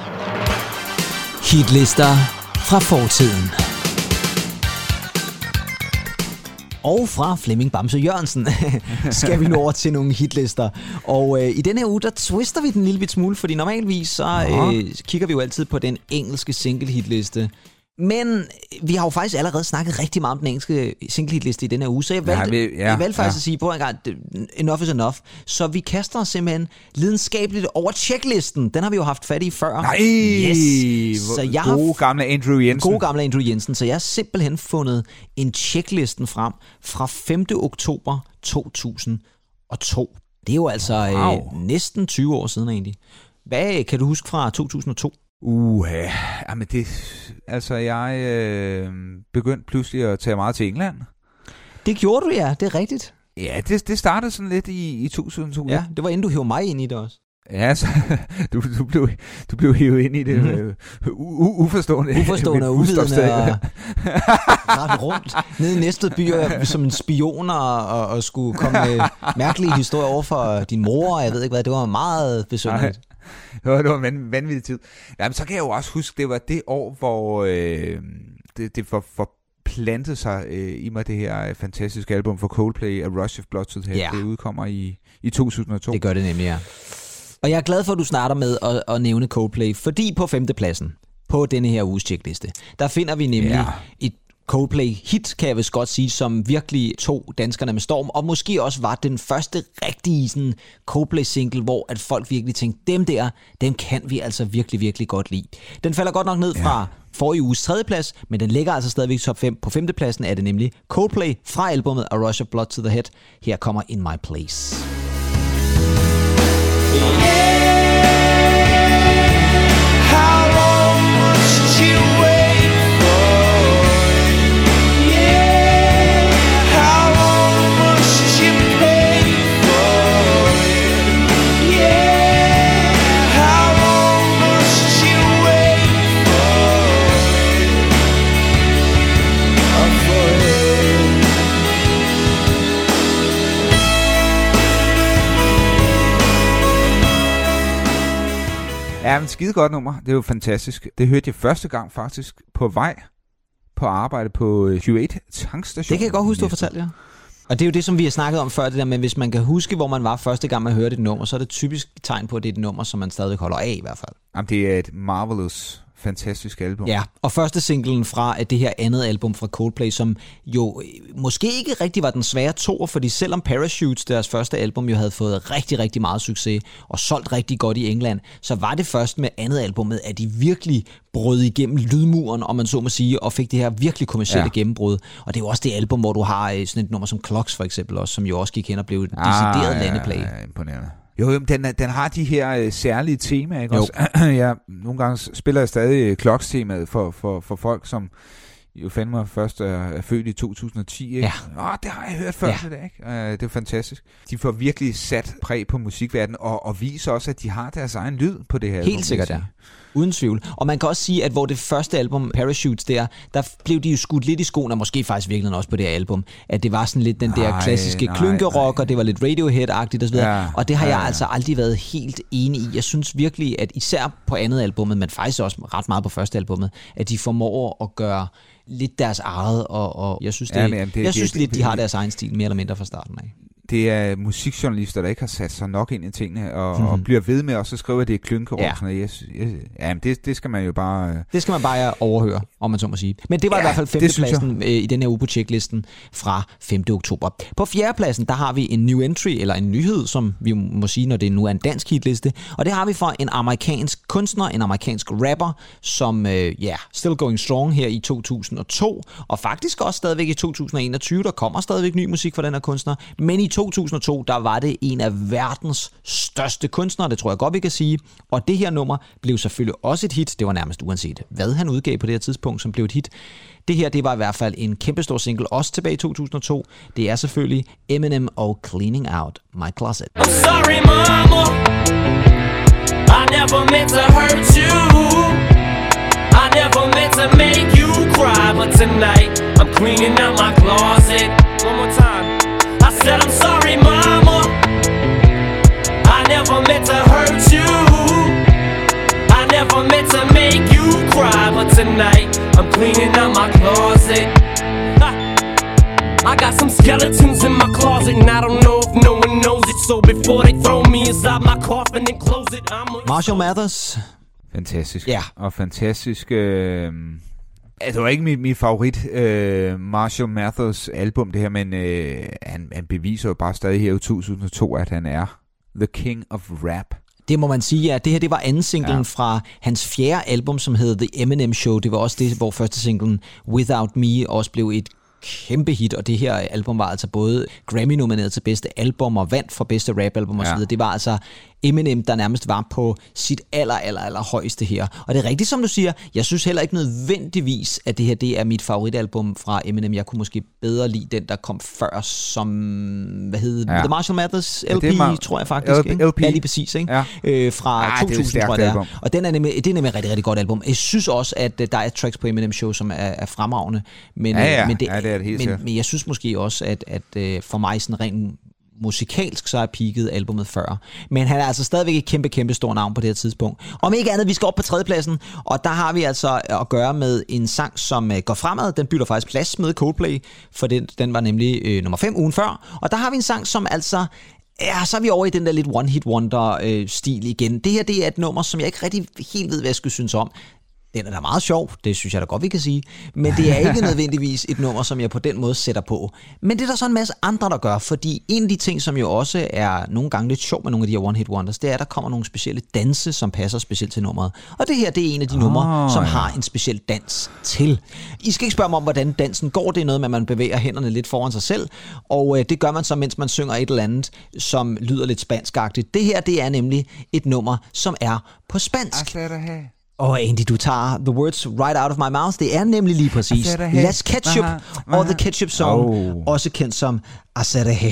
Hitlister fra fortiden. Og fra Flemming Bamse Jørgensen skal vi nu over til nogle hitlister. Og øh, i denne her uge, der twister vi den en lille bit smule, fordi normalvis så øh, kigger vi jo altid på den engelske single hitliste. Men vi har jo faktisk allerede snakket rigtig meget om den engelske single-hit-liste i denne uge, så jeg valgte, ja, vi, ja, jeg valgte faktisk ja. at sige, på en gang, enough is enough. Så vi kaster os simpelthen lidenskabeligt over checklisten. Den har vi jo haft fat i før. Nej! Yes. Så jeg gode har, gamle Andrew Jensen. Gode gamle Andrew Jensen. Så jeg har simpelthen fundet en checklisten frem fra femte oktober to tusind og to. Det er jo altså wow. øh, næsten tyve år siden egentlig. Hvad kan du huske fra to tusind og to? Uh, ja, men det, altså jeg øh, begyndte pludselig at tage meget til England. Det gjorde du, ja, det er rigtigt. Ja, det, det startede sådan lidt i, i to tusind og to. Ja, det var inden du hævde mig ind i det også. Ja, så du, du, blev, du blev hævet ind i det mm-hmm. uh, u, uforstående. Uforstående og uvidende og ret rundt nede i næste by som en spion og, og, og skulle komme med mærkelige historier over for din mor, og jeg ved ikke hvad, det var meget besynderligt. Det var, det var en vanvittig tid. Jamen, så kan jeg jo også huske, det var det år, hvor øh, det, det for, forplantede sig øh, i mig, det her fantastiske album for Coldplay, A Rush of Blood to the Head. Ja. Det udkommer i, i to tusind og to. Det gør det nemlig, ja. Og jeg er glad for, at du starter med at, at nævne Coldplay, fordi på femtepladsen på denne her uges checkliste, der finder vi nemlig ja. et Coldplay-hit, kan jeg vist godt sige, som virkelig tog danskerne med storm, og måske også var den første rigtige sådan, Coldplay-single, hvor at folk virkelig tænkte, dem der, dem kan vi altså virkelig, virkelig godt lide. Den falder godt nok ned fra ja. forrige uges tredjeplads, men den ligger altså stadigvæk top fem. På femtepladsen er det nemlig Coldplay fra albumet A Rush of Blood to the Head. Her kommer In My Place. How long must you wait for? Yeah, how long must you pay for it? Yeah, how long must you wait for it? Oh, for it. Ja, men skide godt nummer. Det er jo fantastisk. Det hørte jeg første gang faktisk på vej på arbejde på Q otte tankstation. Det kan jeg godt huske, du har fortalt, ja. Og det er jo det, som vi har snakket om før, det der med, hvis man kan huske, hvor man var første gang, man hørte et nummer, så er det typisk tegn på, at det er et nummer, som man stadig holder af i hvert fald. Jamen, det er et marvelous, fantastisk album. Ja, og første singlen fra det her andet album fra Coldplay, som jo måske ikke rigtig var den svære toer, fordi selvom Parachutes, deres første album, jo havde fået rigtig, rigtig meget succes og solgt rigtig godt i England, så var det først med andet albummet, at de virkelig brød igennem lydmuren, om man så må sige, og fik det her virkelig kommercielle ja. gennembrud. Og det er jo også det album, hvor du har sådan et nummer som Clocks for eksempel også, som jo også gik hen og blev et ah, decideret ja, landeplay. Ja, imponerende. Jo, jo den, den har de her øh, særlige temaer, ikke også? Ja, nogle gange spiller jeg stadig Clocks-temaet for, for, for folk, som jo fandme først er, er født i to tusind og ti, ikke? Ja. Åh, det har jeg hørt før, ja. det der, ikke? Uh, det er fantastisk. De får virkelig sat præg på musikverdenen, og, og viser også, at de har deres egen lyd på det her. Helt album, sikkert, ja. Uden tvivl. Og man kan også sige, at hvor det første album, Parachutes der, der blev de jo skudt lidt i skoene, og måske faktisk virkelig også på det her album, at det var sådan lidt den der nej, klassiske klynkerock, og det var lidt Radiohead-agtigt osv. Ja, og det har jeg ja, altså aldrig været helt enig i. Jeg synes virkelig, at især på andet albummet, men faktisk også ret meget på første albummet, at de formår at gøre lidt deres eget, og, og jeg synes, det, ja, men, det, jeg synes det, lidt, det, de har deres egen stil, mere eller mindre fra starten af. Det er musikjournalister, der ikke har sat sig nok ind i tingene, og, mm-hmm. og bliver ved med også at skrive, at det er klynkerock. Ja. Sådan yes, yes, ja, det, det skal man jo bare... Uh... Det skal man bare overhøre, om man så må sige. Men det var ja, i hvert fald femtepladsen i den her uge på checklisten fra femte oktober. På fjerdepladsen, der har vi en new entry, eller en nyhed, som vi må sige, når det nu er en dansk hitliste. Og det har vi fra en amerikansk kunstner, en amerikansk rapper, som, uh, ja, yeah, still going strong her i to tusind og to, og faktisk også stadigvæk i to tusind og enogtyve, der kommer stadigvæk ny musik fra den her kunstner, men i to tusind og to, der var det en af verdens største kunstnere, det tror jeg godt, vi kan sige. Og det her nummer blev selvfølgelig også et hit. Det var nærmest uanset, hvad han udgav på det her tidspunkt, som blev et hit. Det her, det var i hvert fald en kæmpestor single, også tilbage i to tusind og to. Det er selvfølgelig Eminem og Cleaning Out My Closet. I'm sorry, mama. I never meant to hurt you. I never meant to make you cry. But tonight, I'm cleaning out my closet. One more time. I said I'm sorry, mama. I never meant to hurt you. I never meant to make you cry. But tonight, I'm cleaning out my closet. Ha. I got some skeletons in my closet, and I don't know if no one knows it. So before they throw me inside my coffin and close it, I'm a... Marshall Mathers. Fantastisk. Ja. Og fantastisk... Øh... Det var ikke min, min favorit uh, Marshall Mathers album, det her, men uh, han, han beviser jo bare stadig her i to tusind og to, at han er the king of rap. Det må man sige, ja. Det her, det var anden singlen ja. fra hans fjerde album, som hed The Eminem Show. Det var også det, hvor første singlen Without Me også blev et kæmpe hit, og det her album var altså både Grammy-nomineret til bedste album og vandt for bedste rap-album osv. Ja. Det var altså Eminem, der nærmest var på sit aller, aller, aller højeste her. Og det er rigtigt, som du siger, jeg synes heller ikke nødvendigvis, at det her det er mit favoritalbum fra Eminem. Jeg kunne måske bedre lide den, der kom før, som, hvad hed ja. The Marshall Mathers L P, ja, ma- tror jeg faktisk. L- ikke? L P. Ja, lige præcis, ikke? Ja. Øh, fra ah, to tusind, tror jeg det er. Album. Og den er nemlig, det er nemlig et rigtig, rigtig godt album. Jeg synes også, at der er tracks på Eminem Show, som er, er fremragende. Men, ja, ja. Men, det, ja, det er det helt men, men jeg synes måske også, at, at for mig sådan rent musikalsk, så er peaket albumet før. Men han er altså stadigvæk et kæmpe, kæmpe stor navn på det her tidspunkt. Om ikke andet, vi skal op på tredjepladsen, og der har vi altså at gøre med en sang, som går fremad. Den bytter faktisk plads med Coldplay, for den, den var nemlig øh, nummer fem ugen før. Og der har vi en sang, som altså... Ja, så er vi over i den der lidt one-hit-wonder-stil øh, igen. Det her, det er et nummer, som jeg ikke rigtig helt ved, hvad jeg skulle synes om. Den er da meget sjov, det synes jeg da godt, vi kan sige. Men det er ikke nødvendigvis et nummer, som jeg på den måde sætter på. Men det er der så en masse andre, der gør, fordi en af de ting, som jo også er nogle gange lidt sjov med nogle af de her one-hit wonders, det er, at der kommer nogle specielle danse, som passer specielt til nummeret. Og det her, det er en af de oh, numre, som ja. har en speciel dans til. I skal ikke spørge mig om, hvordan dansen går. Det er noget med, at man bevæger hænderne lidt foran sig selv, og øh, det gør man så, mens man synger et eller andet, som lyder lidt spanskagtigt. Det her, det er nemlig et nummer, som er på spansk. Og Andy, du tager the words right out of my mouth. Det er nemlig lige præcis Let's Ketchup og The Ketchup Song, oh. også kendt som Azarehe.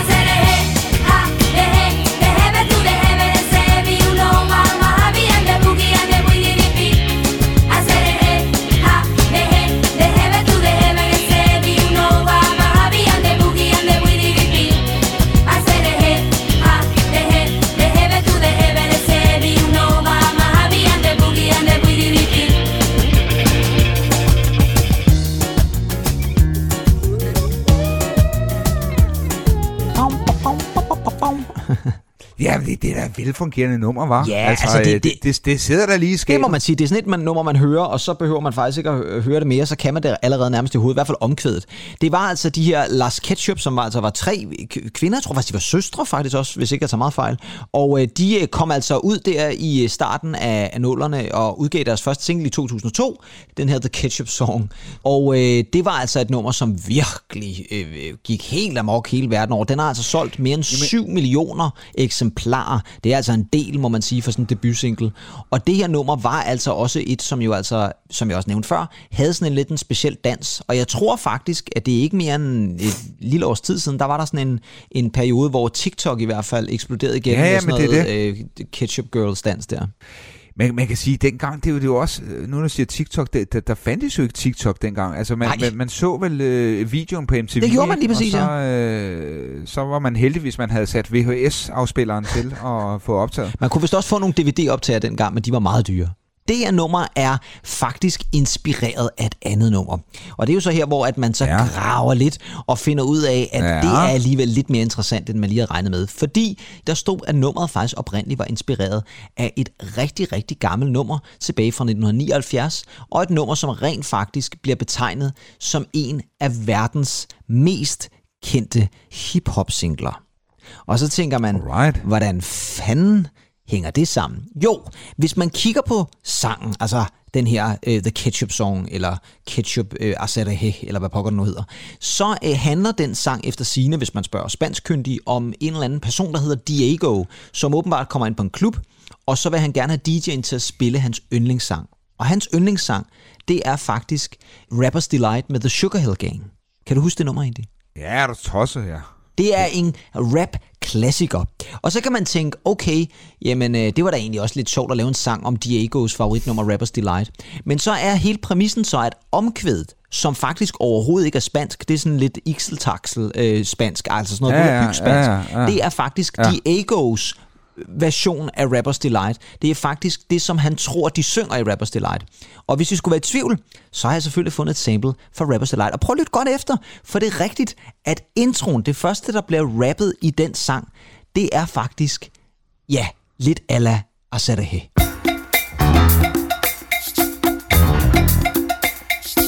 Ja, det, det er da et velfungerende nummer, var. Ja, altså, altså det, det, det, det sidder der lige i skæbnen. Det må man sige. Det er sådan et man, nummer, man hører, og så behøver man faktisk ikke at høre det mere, så kan man det allerede nærmest i hovedet, i hvert fald omkvædet. Det var altså de her Las Ketchup, som var, altså var tre kvinder, jeg tror faktisk, de var søstre faktisk også, hvis ikke jeg tager meget fejl. Og øh, de kom altså ud der i starten af, af nullerne og udgav deres første single i to tusind og to, den her The Ketchup Song. Og øh, det var altså et nummer, som virkelig øh, gik helt amok hele verden over. Den har altså solgt mere end syv millioner eksemplarer. Det er altså en del, må man sige, for sådan en debutsingle. Og det her nummer var altså også et, som jo altså, som jeg også nævnte før, havde sådan en lidt en speciel dans. Og jeg tror faktisk, at det er ikke mere end et lille års tid siden, der var der sådan en, en periode, hvor TikTok i hvert fald eksploderede igen ja, ja, med sådan noget det det. Øh, Ketchup Girls dans der. Men man kan sige, at dengang, det er jo, det er jo også, nu når jeg siger TikTok, det, der, der fandtes jo ikke TikTok dengang. Altså man, man, man så vel øh, videoen på M T V, det gjorde man lige præcis, og så, ja. øh, så var man heldig, hvis man havde sat V H S-afspilleren til at få optaget. Man kunne vist også få nogle D V D-optager dengang, men de var meget dyre. Det her nummer er faktisk inspireret af et andet nummer. Og det er jo så her, hvor at man så ja. graver lidt og finder ud af, at ja. det er alligevel lidt mere interessant, end man lige har regnet med. Fordi der stod, at nummeret faktisk oprindeligt var inspireret af et rigtig, rigtig gammelt nummer tilbage fra nitten nioghalvfjerds. Og et nummer, som rent faktisk bliver betegnet som en af verdens mest kendte hip-hop-singler. Og så tænker man, Alright. hvordan fanden hænger det sammen? Jo, hvis man kigger på sangen, altså den her uh, The Ketchup Song, eller Ketchup uh, Azarehe, eller hvad pokker den nu hedder, så uh, handler den sang efter sigende, hvis man spørger spanskkyndig, om en eller anden person, der hedder Diego, som åbenbart kommer ind på en klub, og så vil han gerne have D J'en til at spille hans yndlingssang. Og hans yndlingssang, det er faktisk Rapper's Delight med The Sugar Hill Gang. Kan du huske det nummer egentlig? Ja, er du tosset, ja. Det er en rap-klassiker. Og så kan man tænke, okay, jamen det var da egentlig også lidt sjovt at lave en sang om Diegos favoritnummer Rapper's Delight. Men så er hele præmissen så, at omkvædet, som faktisk overhovedet ikke er spansk, det er sådan lidt ikseltaksel øh, spansk, altså sådan noget ja, ja, spansk. Ja, ja, ja. Det er faktisk ja. Diegos version af Rapper's Delight. Det er faktisk det, som han tror, de synger i Rapper's Delight. Og hvis vi skulle være i tvivl, så har jeg selvfølgelig fundet et sample for Rapper's Delight. Og prøv at lytte godt efter, for det er rigtigt, at introen, det første, der bliver rappet i den sang, det er faktisk, ja, lidt a la Azarehe.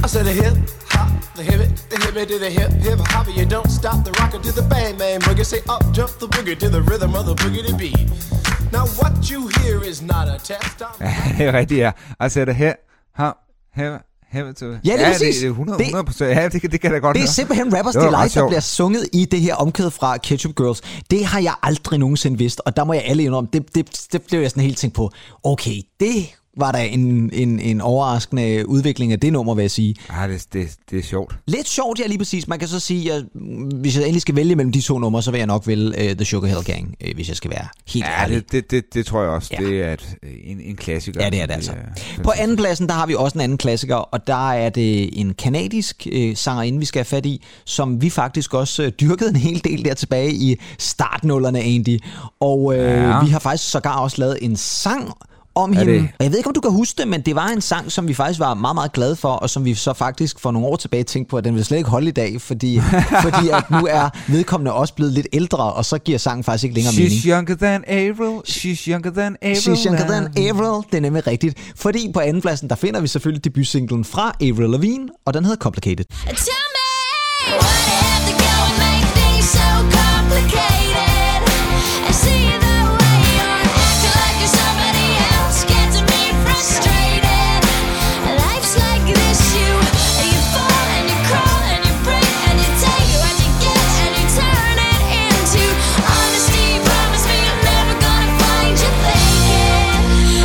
I said the hip hop, the hip it, the hip it to the hip hip hop. You don't stop the rocker to the bang bang boogie. Say up jump the boogie to the rhythm of the boogie to beat. Now what you hear is not a test. Ja, det er rigtigt, ja. I said the hip hop, hip Ja, det er præcis. Det er hundrede procent. Ja, det, det kan da godt Det er høre. simpelthen Rappers Delight, der bliver sunget i det her omkvæd fra Ketchup Girls. Det har jeg aldrig nogensinde vidst, og der må jeg alle indrømme, det, det, det blev jeg sådan helt tænkt på. Okay, det var der en, en, en overraskende udvikling af det nummer, vil jeg sige. Ja, det, det, det er sjovt. Lidt sjovt, ja, lige præcis. Man kan så sige, at hvis jeg endelig skal vælge mellem de to numre, så vil jeg nok vælge uh, The Sugar Hill Gang, uh, hvis jeg skal være helt ja, ærlig. Det, det, det, det tror jeg også. Ja. Det er et, en, en klassiker. Ja, det er det altså. Det er, på anden pladsen, der har vi også en anden klassiker, og der er det en kanadisk uh, sangerinde, vi skal have fat i, som vi faktisk også uh, dyrkede en hel del der tilbage i startnullerne, Andy. Og uh, ja. vi har faktisk sågar også lavet en sang om hende. Det? Og jeg ved ikke, om du kan huske det, men det var en sang, som vi faktisk var meget, meget glade for, og som vi så faktisk for nogle år tilbage tænkte på, at den vil slet ikke holde i dag, fordi, fordi at nu er vedkommende også blevet lidt ældre, og så giver sangen faktisk ikke længere She's mening. She's younger than Avril. She's younger than Avril. She's younger than Avril. Det er nemlig rigtigt. Fordi på andenpladsen, der finder vi selvfølgelig debutsinglen fra Avril Lavigne, og den hedder Complicated. Tell me, why do you have to go and make things so complicated? I see the way you're acting like you're somebody else, getting me frustrated. Life's like this, you you fall and you crawl and you break and you take what you get and you turn it into honesty. Promise me you're never gonna find you thinking.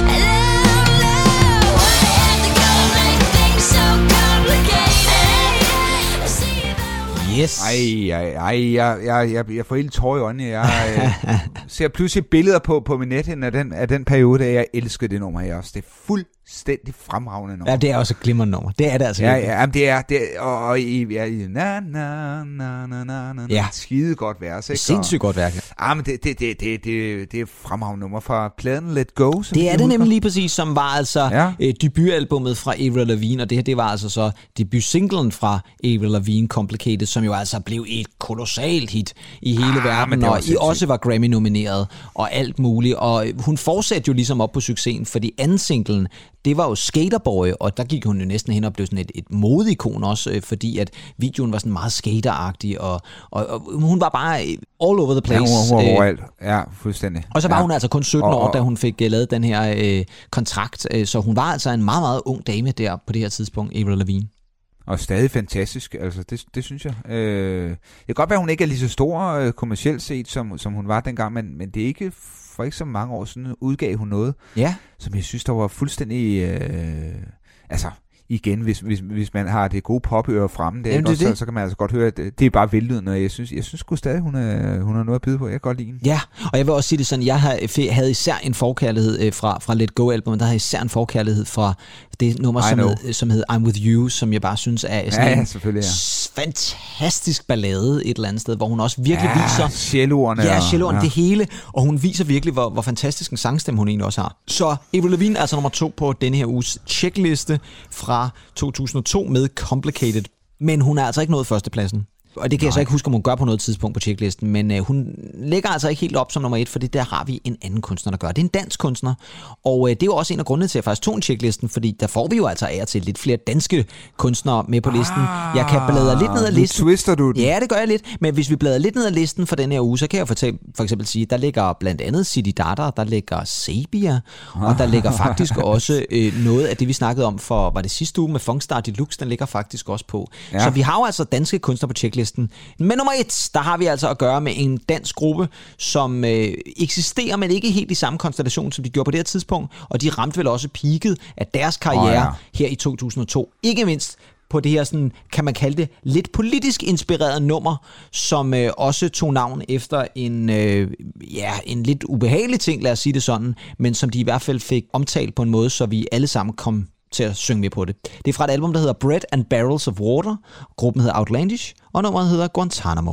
Love, love, why do you have to go and make things so complicated? I see the Yes. Ej, ej, ej, jeg, jeg, jeg, jeg får helt tår i øjnene. Jeg øh, ser pludselig billeder på, på min nethinde af den, af den periode, da jeg elskede det nummer her også. Det er fuldstændig fremragende nummer. Ja, det er også et glimrende nummer. Det er det altså. Ja, ja, jamen, det er, det er, og, og i, ja, i na, na, na, na, na, na, ja. skide godt vers, ikke? Sindssygt godt værk. Ja, men det, det, det, det, det, det er fremragende nummer fra pladen Let Go. Det er det nemlig lige præcis, som var altså ja. øh, debutalbummet fra Avril Lavigne, og det her, det var altså så debutsinglen fra Avril Lavigne, Complicated, som jo altså blev et kolossalt hit i hele ah, verden, og I også var Grammy-nomineret og alt muligt, og hun fortsatte jo ligesom op på succesen, fordi anden singlen, det var jo Skaterboy, og der gik hun jo næsten hen og blev sådan et, et modeikon også, øh, fordi at videoen var sådan meget skateragtig, og, og, og hun var bare all over the place. Ja, hun var overalt. Ja, fuldstændig. Og så var ja. hun altså kun sytten og, år, da hun fik uh, lavet den her øh, kontrakt, øh, så hun var altså en meget, meget ung dame der på det her tidspunkt, Avril Lavigne. Og stadig fantastisk, altså det, det synes jeg. Øh, det kan godt være, at hun ikke er lige så stor øh, kommercielt set, som, som hun var dengang, men, men det er ikke for ikke så mange år siden udgav hun noget, ja. som jeg synes, der var fuldstændig... Øh, altså, igen, hvis, hvis, hvis man har det gode popøre fremme, der, Jamen, det også, det. Så, så kan man altså godt høre, at det er bare vildlydende, og jeg synes, jeg synes sgu stadig, hun er, hun har noget at byde på. Jeg kan godt lide hende. Ja, og jeg vil også sige det sådan, jeg havde især en forkærlighed fra, fra Let Go-albumet, der havde især en forkærlighed fra det nummer, som hed, som hed I'm With You, som jeg bare synes er sådan ja, ja, en ja. fantastisk ballade et eller andet sted, hvor hun også virkelig ja, viser... celloerne. Ja, celloerne, ja. Det hele, og hun viser virkelig, hvor, hvor fantastisk en sangstemme hun egentlig også har. Så Avril Lavigne er altså nummer to på denne her uges checkliste fra to tusind og to med Complicated, men hun er altså ikke nået førstepladsen. Og det kan Nej. jeg så ikke huske, om hun gør på noget tidspunkt på checklisten, men øh, hun ligger altså ikke helt op som nummer et, fordi der har vi en anden kunstner, der gør. Det er en dansk kunstner, og øh, det er jo også en af grundene til, at jeg faktisk tog en checklisten, fordi der får vi jo altså af til lidt flere danske kunstnere med på listen. Ah, jeg kan bladre lidt ned ad listen. Nu twister du den. Ja, det gør jeg lidt, men hvis vi bladrer lidt ned ad listen for den her uge, så kan jeg for, for eksempel sige, der ligger blandt andet Sidi Datter, der ligger Sabia, og der ligger faktisk også øh, noget af det, vi snakkede om for, var det sidste uge med Funkstar Deluxe, den ligger faktisk også på. Ja. Så vi har jo altså danske kunstnere på checklisten. Men nummer et, der har vi altså at gøre med en dansk gruppe, som øh, eksisterer, men ikke helt i samme konstellation, som de gjorde på det her tidspunkt, og de ramte vel også peaket af deres karriere oh, ja. her i to tusind og to. Ikke mindst på det her, sådan, kan man kalde det, lidt politisk inspireret nummer, som øh, også tog navn efter en, øh, ja, en lidt ubehagelig ting, lad os sige det sådan, men som de i hvert fald fik omtalt på en måde, så vi alle sammen kom til at synge med på det. Det er fra et album, der hedder Bread and Barrels of Water. Gruppen hedder Outlandish, og nummeret hedder Guantanamo.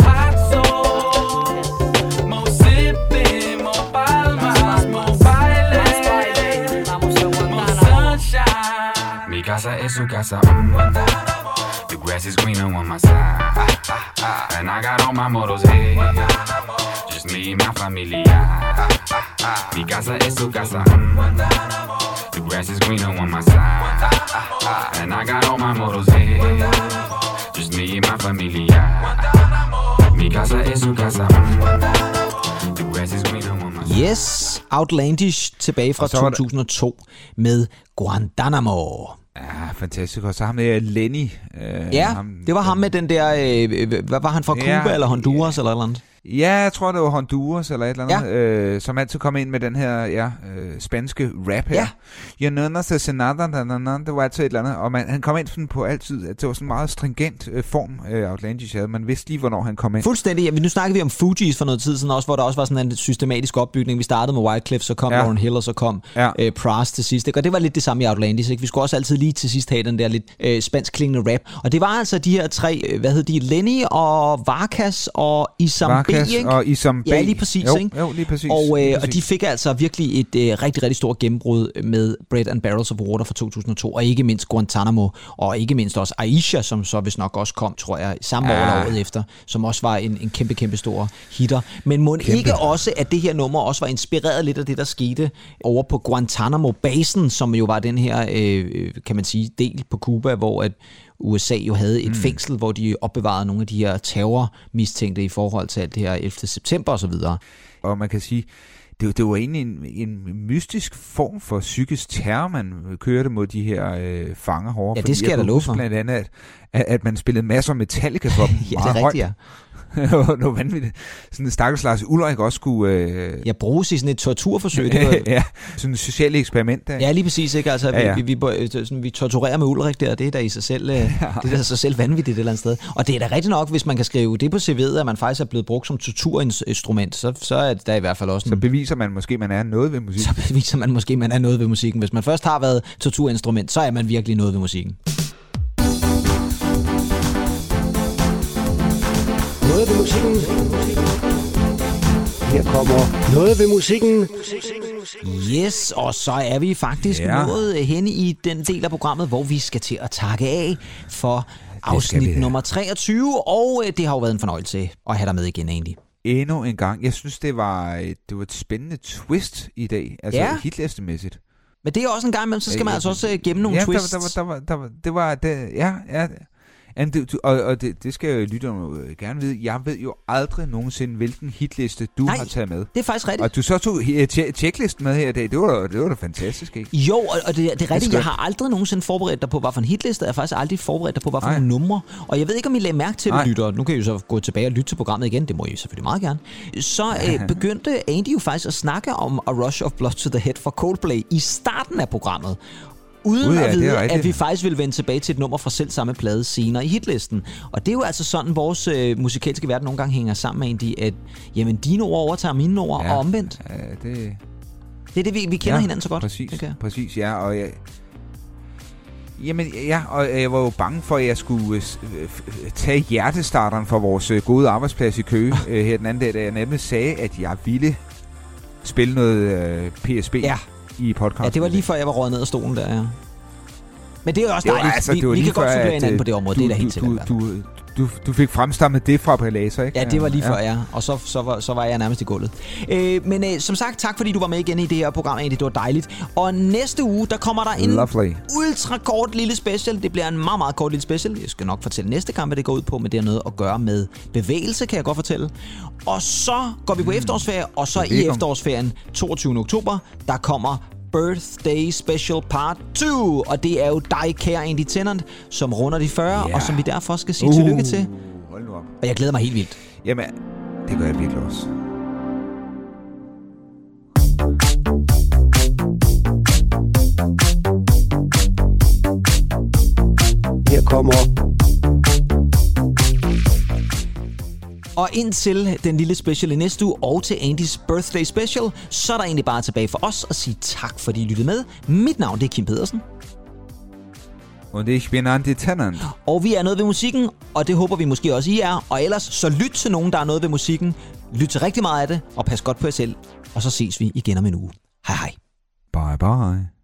Mi casa es su casa, the grass is greener on my side, and I got all my motors here, just me and my familia. Mi casa es su casa, the grass is greener on my side, ah, and I got all my models here. Just me and my familia. Mi casa es su casa. The grass is greener on my side. Yes, Outlandish tilbage fra to tusind og to med Guantanamo. Ja, fantastisk. Og så ham med Lenny. Øh, Ja, ham, det var ham med den der, øh, hvad var han fra, Cuba Ja, eller Honduras ja. eller et eller andet? Ja, jeg tror, det var Honduras eller et eller andet, Ja. øh, som altid kom ind med den her ja, øh, spanske rap her. Ja. You know, no se senada, na, na, na, det var altid et eller andet. Og man, han kom ind sådan på altid, at det var sådan en meget stringent øh, form, øh, Outlandish havde. Man vidste lige, hvornår han kom ind. Fuldstændig. Ja, nu snakkede vi om Fugees for noget tid siden også, hvor der også var sådan en systematisk opbygning. Vi startede med Wyclef, så kom Ja. Lauryn Hill, og så kom Ja. øh, Pras til sidst. Ikke? Og det var lidt det samme i Outlandish. Ikke? Vi skulle også altid lige til sidst have den der lidt øh, spansk klingende rap. Og det var altså de her tre, øh, hvad hed de? Lenny og Vargas og Isam B, Vargas ikke? og Isam B. Ja, lige præcis, jo, ikke? Jo, lige præcis. Og, øh, lige og præcis. de fik altså virkelig et øh, rigtig, rigtig stort gennembrud med Bread and Barrels of Water fra to tusind og to, og ikke mindst Guantanamo, og ikke mindst også Aisha, som så vist nok også kom, tror jeg, samme år Ja. eller året efter, som også var en, en kæmpe, kæmpe stor hitter. Men må Kæmpe. ikke også, at det her nummer også var inspireret lidt af det, der skete over på Guantanamo-basen, som jo var den her, øh, kan man sige, del på Cuba, hvor at U S A jo havde et mm. fængsel, hvor de opbevarede nogle af de her terrormistænkte i forhold til alt det her ellevte september osv. Og man kan sige, det, det var egentlig en, en mystisk form for psykisk terror, man kørte mod de her øh, fanger hårde. Ja, det Fordi skal jeg da kunne love huske for. Blandt andet, at, at, at man spillede masser af Metallica for dem. Ja, meget det er rigtigt, ja. højt. Det var vanvittigt. Sådan en stakkels Lars Ulrik også skulle... Øh, Jeg bruges i sådan et torturforsøg. Det var, ja, sådan et socialt eksperiment der. ja, lige præcis, ikke? Altså, Ja, ja. Vi, vi, vi, sådan, vi torturerer med Ulrik der, det er da i sig selv, ja. det er da sig selv vanvittigt et eller andet sted. Og det er da rigtigt nok, hvis man kan skrive det på C V'et, at man faktisk er blevet brugt som torturinstrument, så, så er det der i hvert fald også Så en, beviser man måske, at man er noget ved musik. så beviser man måske, at man er noget ved musikken. Hvis man først har været torturinstrument, så er man virkelig noget ved musikken. Noget ved musikken. Her kommer noget ved musikken. Yes, og så er vi faktisk Ja. ja. nået hen i den del af programmet, hvor vi skal til at takke af for vi afsnit da. nummer treogtyve, og øh, det har jo været en fornøjelse at have dig med igen egentlig. Endnu en gang. Jeg synes, det var et, det var et spændende twist i dag. Altså Ja. hitlistemæssigt. Men det er også en gang imellem, så skal man Øh, altså også øh, gemme nogle ja, twists. Der, der, var- der, var- der, var- det var, det, ja, ja. And det, og og det, det skal lytterne jo gerne vide. Jeg ved jo aldrig nogensinde, hvilken hitliste du Nej, har taget med. Det er faktisk rigtigt. Og du så tog he- tje- checklisten med her i dag. Det var, det var da fantastisk, ikke? Jo, og, og det, det er rigtigt. skønt. Jeg har aldrig nogensinde forberedt dig på, hvad for en hitliste. Jeg har faktisk aldrig forberedt dig på, hvad for Nej. nogle numre. Og jeg ved ikke, om I lagde mærke til det, Nej. lytter. Nu kan I jo så gå tilbage og lytte til programmet igen. Det må I selvfølgelig meget gerne. Så øh, begyndte Andy jo faktisk at snakke om A Rush of Blood to the Head fra Coldplay i starten af programmet. Uden Gud, ja, at det er vide, rigtigt. at vi faktisk vil vende tilbage til et nummer fra selv samme plade senere i hitlisten. Og det er jo altså sådan, vores øh, musikalske verden nogle gange hænger sammen, Andy, at jamen, dine ord overtager mine ord, Ja. og omvendt. Ja, det, Det er det, vi, vi kender ja, hinanden så godt. Præcis, tænker jeg. præcis, ja. Og jeg, jamen, ja, og jeg var jo bange for, at jeg skulle øh, f- tage hjertestarteren fra vores øh, gode arbejdsplads i Køge øh, her den anden dag, da jeg nemlig sagde, at jeg ville spille noget øh, P S B Ja. i podcasten. Ja, det var lige før, jeg var røget ned af stolen der, ja. Men det er jo også Det var, dejligt. altså, vi det var vi lige kan godt før, supplere at, hinanden øh, på det område. du, Det er da du, helt sikkert. du, du, du, du fik fremstammet det fra Laser, ikke? Ja, det var lige før, ja. Og så, så, var, så var jeg nærmest i gulvet. Øh, men øh, som sagt, tak fordi du var med igen i det her program, Andy. Det var dejligt. Og næste uge, der kommer der en Lovely. ultra kort lille special. Det bliver en meget, meget kort lille special. Jeg skal nok fortælle næste gang, hvad det går ud på, men det har noget at gøre med bevægelse, kan jeg godt fortælle. Og så går vi på efterårsferie, og så i Velkommen. efterårsferien toogtyvende oktober, der kommer Birthday Special Part to. Og det er jo dig, kære Andy Tennant, som runder de fyrre, Ja. og som vi derfor skal sige uh. tillykke til. Hold nu op. Og jeg glæder mig helt vildt. Jamen, det gør jeg virkelig også. Her kommer Og indtil den lille special i næste uge, og til Andys Birthday Special, så er der egentlig bare tilbage for os at sige tak, fordi I lyttede med. Mit navn det er Kim Pedersen, Og det er spændende Tennant. og vi er noget ved musikken, og det håber vi måske også I er. Og ellers så lyt til nogen, der er noget ved musikken. Lyt til rigtig meget af det, og pas godt på jer selv. Og så ses vi igen om en uge. Hej hej. Bye bye.